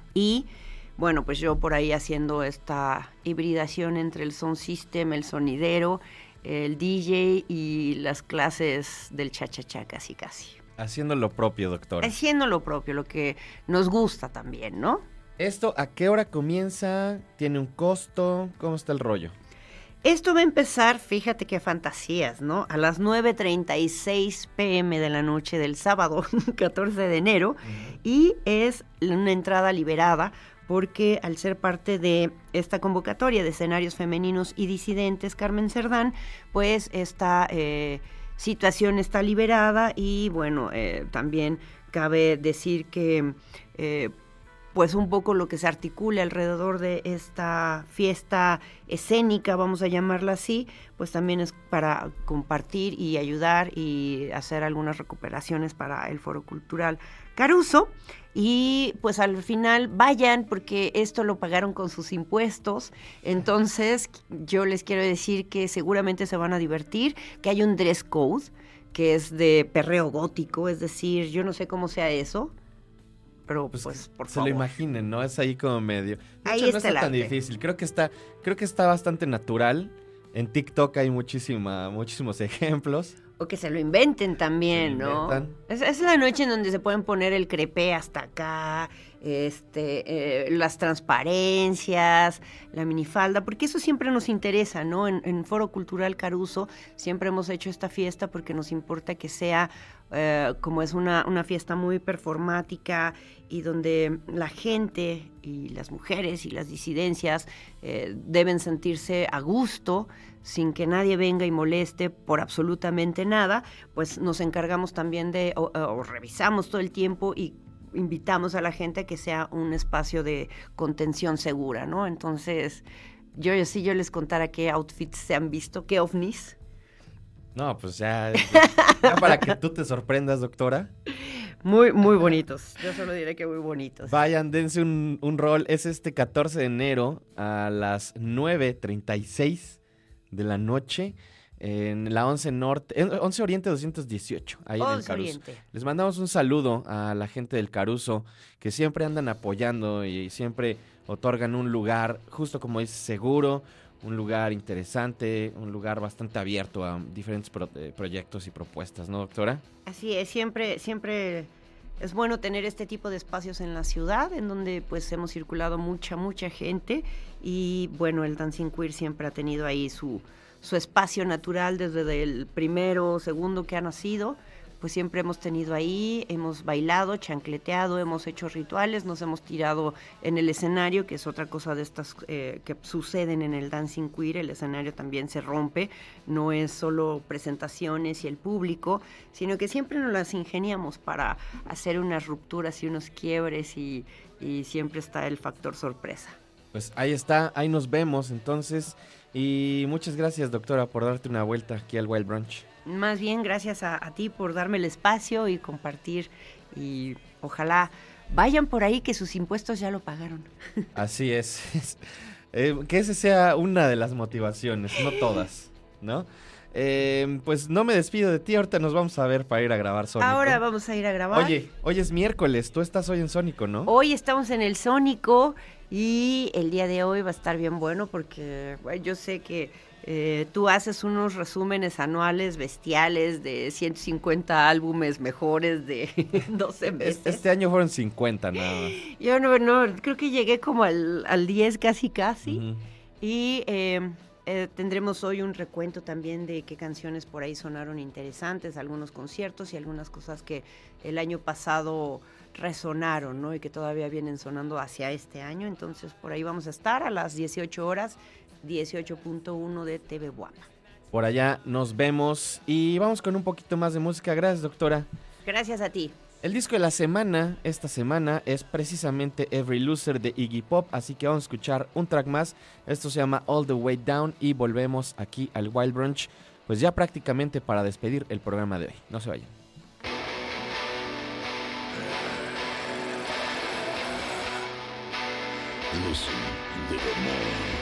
Y bueno, pues yo por ahí haciendo esta hibridación entre el sound system, el sonidero, el DJ y las clases del cha-cha-cha casi. Haciendo lo propio, doctora. Haciendo lo propio, lo que nos gusta también, ¿no? ¿Esto a qué hora comienza? ¿Tiene un costo? ¿Cómo está el rollo? Esto va a empezar, fíjate qué fantasías, ¿no? A las 9:36 p.m. de la noche del sábado, 14 de enero, y es una entrada liberada porque al ser parte de esta convocatoria de escenarios femeninos y disidentes, Carmen Cerdán, pues esta situación está liberada y bueno, también cabe decir que pues un poco lo que se articula alrededor de esta fiesta escénica, vamos a llamarla así, pues también es para compartir y ayudar y hacer algunas recuperaciones para el Foro Cultural Caruso. Y pues al final vayan porque esto lo pagaron con sus impuestos, entonces yo les quiero decir que seguramente se van a divertir, que hay un dress code que es de perreo gótico, es decir, yo no sé cómo sea eso, pero pues por se favor. lo imaginen, ¿no? Es ahí como medio. De Ahí hecho, no está está el tan arte. difícil. Creo que está bastante natural. En TikTok hay muchísimos ejemplos. O que se lo inventen también, Se lo ¿no? inventan. Es la noche en donde se pueden poner el crepé hasta acá, las transparencias, la minifalda, porque eso siempre nos interesa, ¿no? En Foro Cultural Caruso siempre hemos hecho esta fiesta porque nos importa que sea, como es una fiesta muy performática y donde la gente y las mujeres y las disidencias deben sentirse a gusto, sin que nadie venga y moleste por absolutamente nada, pues nos encargamos también de, o revisamos todo el tiempo y invitamos a la gente a que sea un espacio de contención segura, ¿no? Entonces, yo les contara qué outfits se han visto, qué ovnis. No, pues ya para que tú te sorprendas, doctora. Muy, muy bonitos. Yo solo diré que muy bonitos. Vayan, dense un rol. Es este 14 de enero a las 9:36 de la noche en la 11 Oriente 218, ahí en el 11 Caruso. Oriente. Les mandamos un saludo a la gente del Caruso, que siempre andan apoyando y siempre otorgan un lugar, justo como dice, seguro, un lugar interesante, un lugar bastante abierto a diferentes proyectos y propuestas, ¿no, doctora? Así es, siempre es bueno tener este tipo de espacios en la ciudad, en donde pues hemos circulado mucha gente, y bueno, el Dancing Queer siempre ha tenido ahí su espacio natural desde el primero, segundo que ha nacido, pues siempre hemos tenido ahí, hemos bailado, chancleteado, hemos hecho rituales, nos hemos tirado en el escenario, que es otra cosa de estas que suceden en el Dancing Queer. El escenario también se rompe, no es solo presentaciones y el público, sino que siempre nos las ingeniamos para hacer unas rupturas y unos quiebres y siempre está el factor sorpresa. Pues ahí está, ahí nos vemos entonces, y muchas gracias, doctora, por darte una vuelta aquí al Wild Brunch. Más bien, gracias a ti por darme el espacio y compartir, y ojalá vayan por ahí que sus impuestos ya lo pagaron. Así es. Que esa sea una de las motivaciones, no todas, ¿no? Pues no me despido de ti, ahorita nos vamos a ver para ir a grabar Sónico. Ahora vamos a ir a grabar. Oye, hoy es miércoles, tú estás hoy en Sónico, ¿no? Hoy estamos en el Sónico y el día de hoy va a estar bien bueno porque bueno, yo sé que tú haces unos resúmenes anuales bestiales de 150 álbumes mejores de 12 meses. Este año fueron 50 nada más. Yo no, creo que llegué como al 10 casi. Uh-huh. Y tendremos hoy un recuento también de qué canciones por ahí sonaron interesantes, algunos conciertos y algunas cosas que el año pasado resonaron, ¿no? Y que todavía vienen sonando hacia este año. Entonces por ahí vamos a estar a las 18 horas, 18.1 de TV Guapa. Por allá nos vemos y vamos con un poquito más de música. Gracias, doctora. Gracias a ti. El disco de la semana, esta semana, es precisamente Every Loser de Iggy Pop, así que vamos a escuchar un track más. Esto se llama All the Way Down y volvemos aquí al Wild Brunch, pues ya prácticamente para despedir el programa de hoy. No se vayan. Listen to the moon.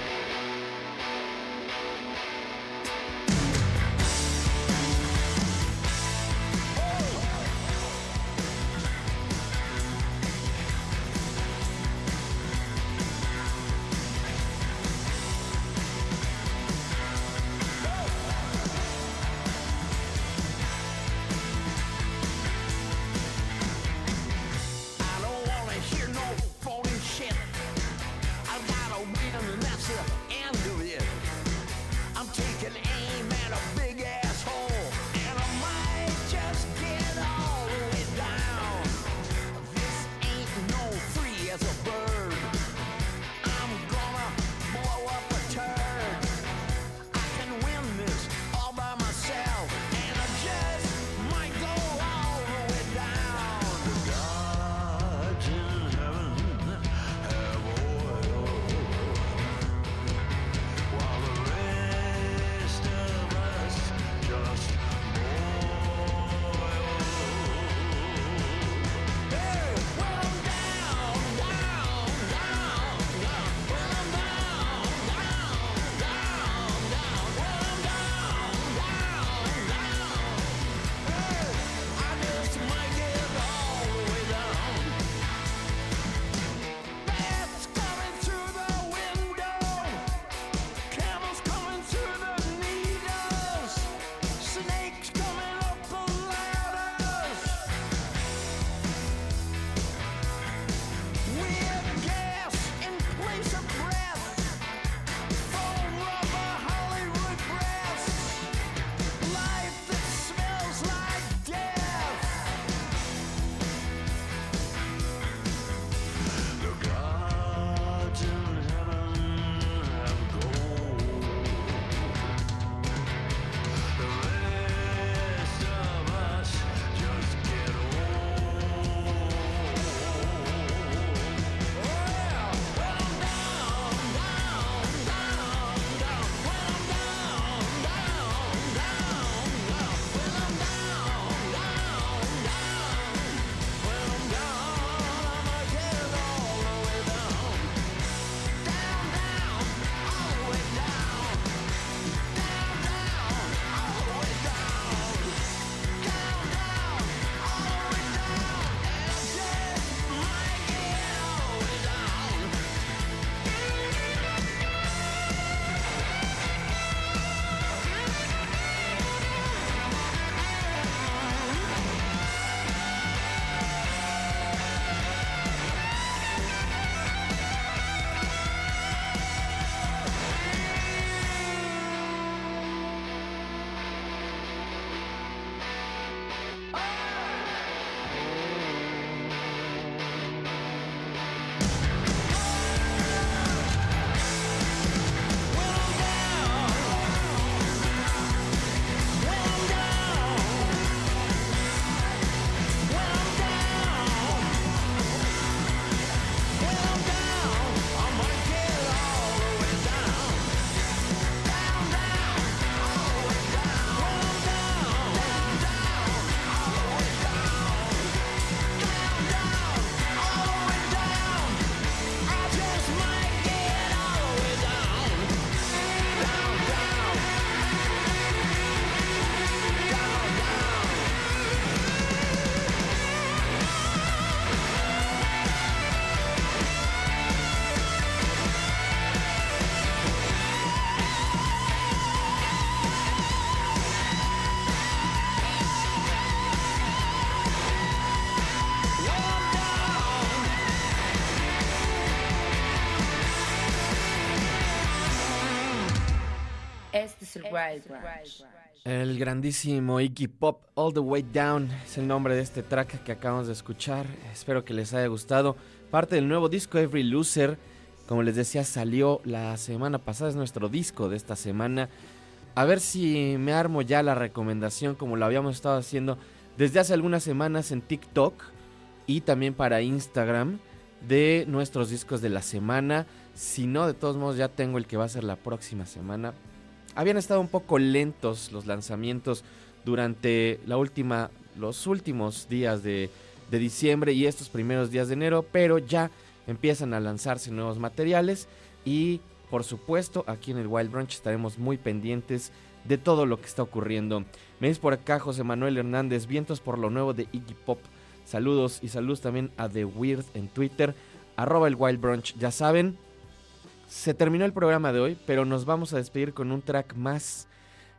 Este es el Wild Branch. El grandísimo Iggy Pop, All the Way Down, es el nombre de este track que acabamos de escuchar. Espero que les haya gustado. Parte del nuevo disco Every Loser, como les decía, salió la semana pasada, es nuestro disco de esta semana. A ver si me armo ya la recomendación como lo habíamos estado haciendo desde hace algunas semanas en TikTok y también para Instagram de nuestros discos de la semana. Si no, de todos modos ya tengo el que va a ser la próxima semana. Habían estado un poco lentos los lanzamientos durante los últimos días de diciembre y estos primeros días de enero, pero ya empiezan a lanzarse nuevos materiales y por supuesto aquí en el Wild Branch estaremos muy pendientes de todo lo que está ocurriendo. Me dice por acá José Manuel Hernández, vientos por lo nuevo de Iggy Pop. Saludos y saludos también a The Weird en Twitter, @ el Wild Branch, ya saben. Se terminó el programa de hoy, pero nos vamos a despedir con un track más.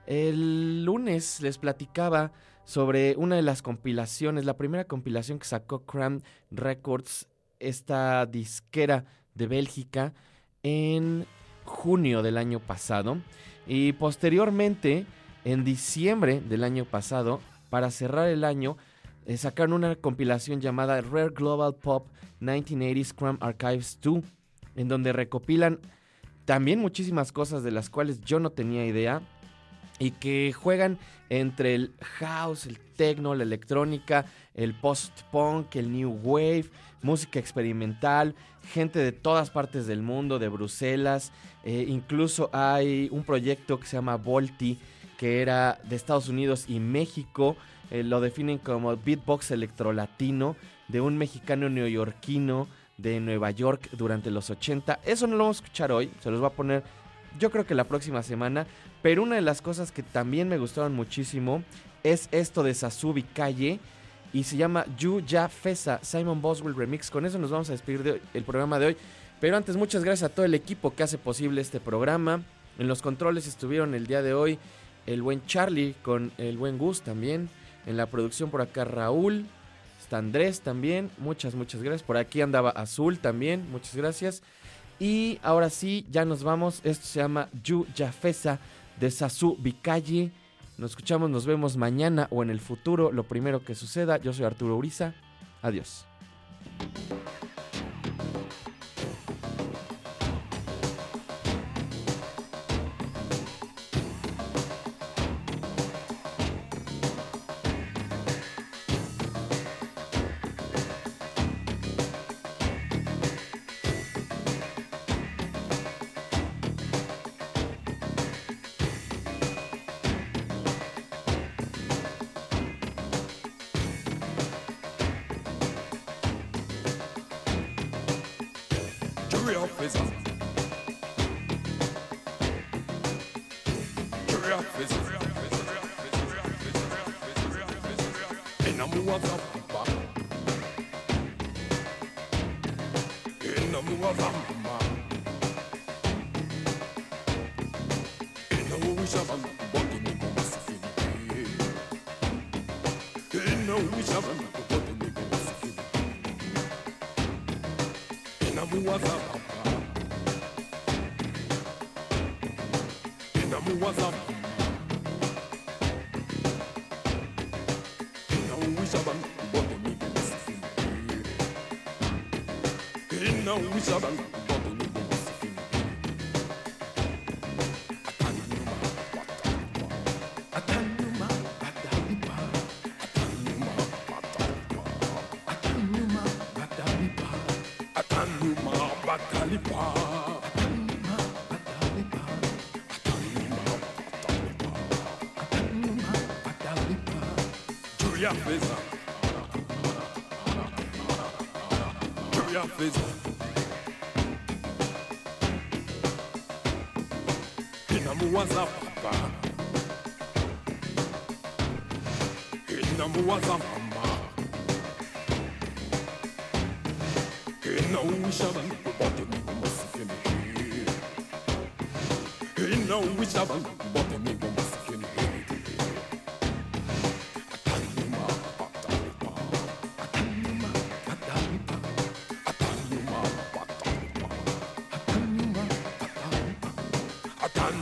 El lunes les platicaba sobre una de las compilaciones, la primera compilación que sacó Cram Records, esta disquera de Bélgica, en junio del año pasado. Y posteriormente, en diciembre del año pasado, para cerrar el año, sacaron una compilación llamada Rare Global Pop 1980s Cram Archives 2, en donde recopilan también muchísimas cosas de las cuales yo no tenía idea y que juegan entre el house, el techno, la electrónica, el post-punk, el new wave, música experimental, gente de todas partes del mundo, de Bruselas, incluso hay un proyecto que se llama Volti, que era de Estados Unidos y México, lo definen como beatbox electrolatino, de un mexicano neoyorquino de Nueva York durante los 80. Eso no lo vamos a escuchar hoy, se los voy a poner yo creo que la próxima semana, pero una de las cosas que también me gustaron muchísimo es esto de Sasubi Calle y se llama You Ya Fesa, Simon Boswell Remix. Con eso nos vamos a despedir del programa de hoy, pero antes muchas gracias a todo el equipo que hace posible este programa. En los controles estuvieron el día de hoy el buen Charlie con el buen Gus también, en la producción por acá Raúl, está Andrés también, muchas gracias. Por aquí andaba Azul también, muchas gracias. Y ahora sí, ya nos vamos. Esto se llama You Ya Fesa de Sasubi Calle. Nos escuchamos, nos vemos mañana o en el futuro, lo primero que suceda. Yo soy Arturo Uriza. Adiós.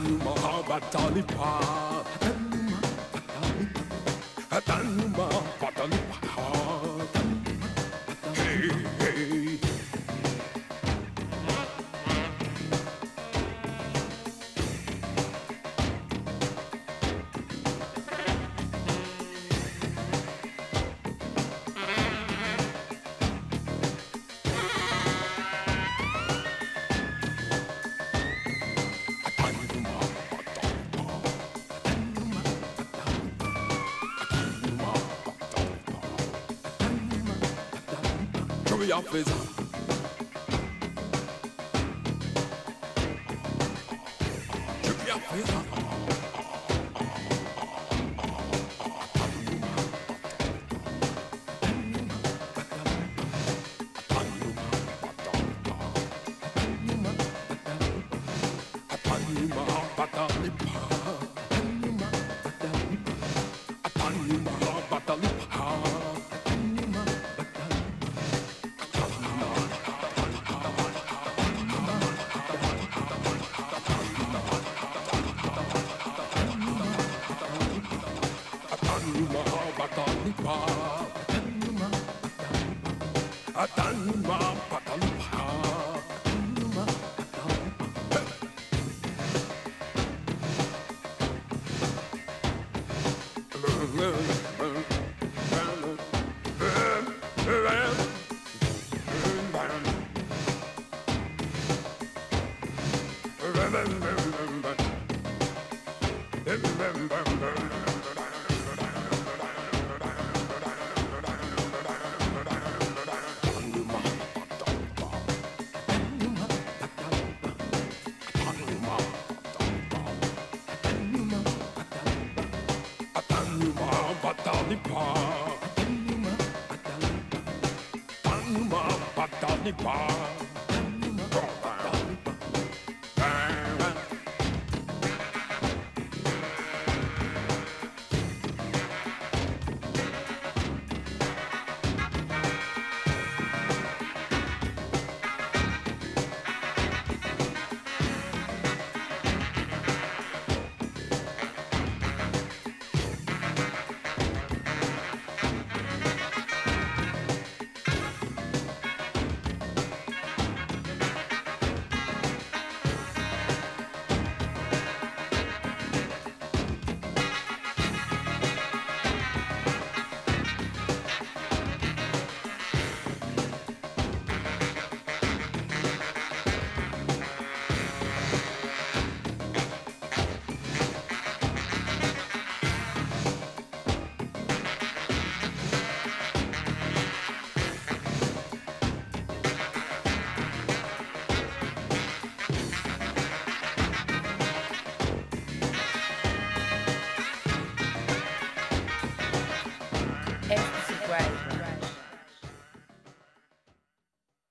Office.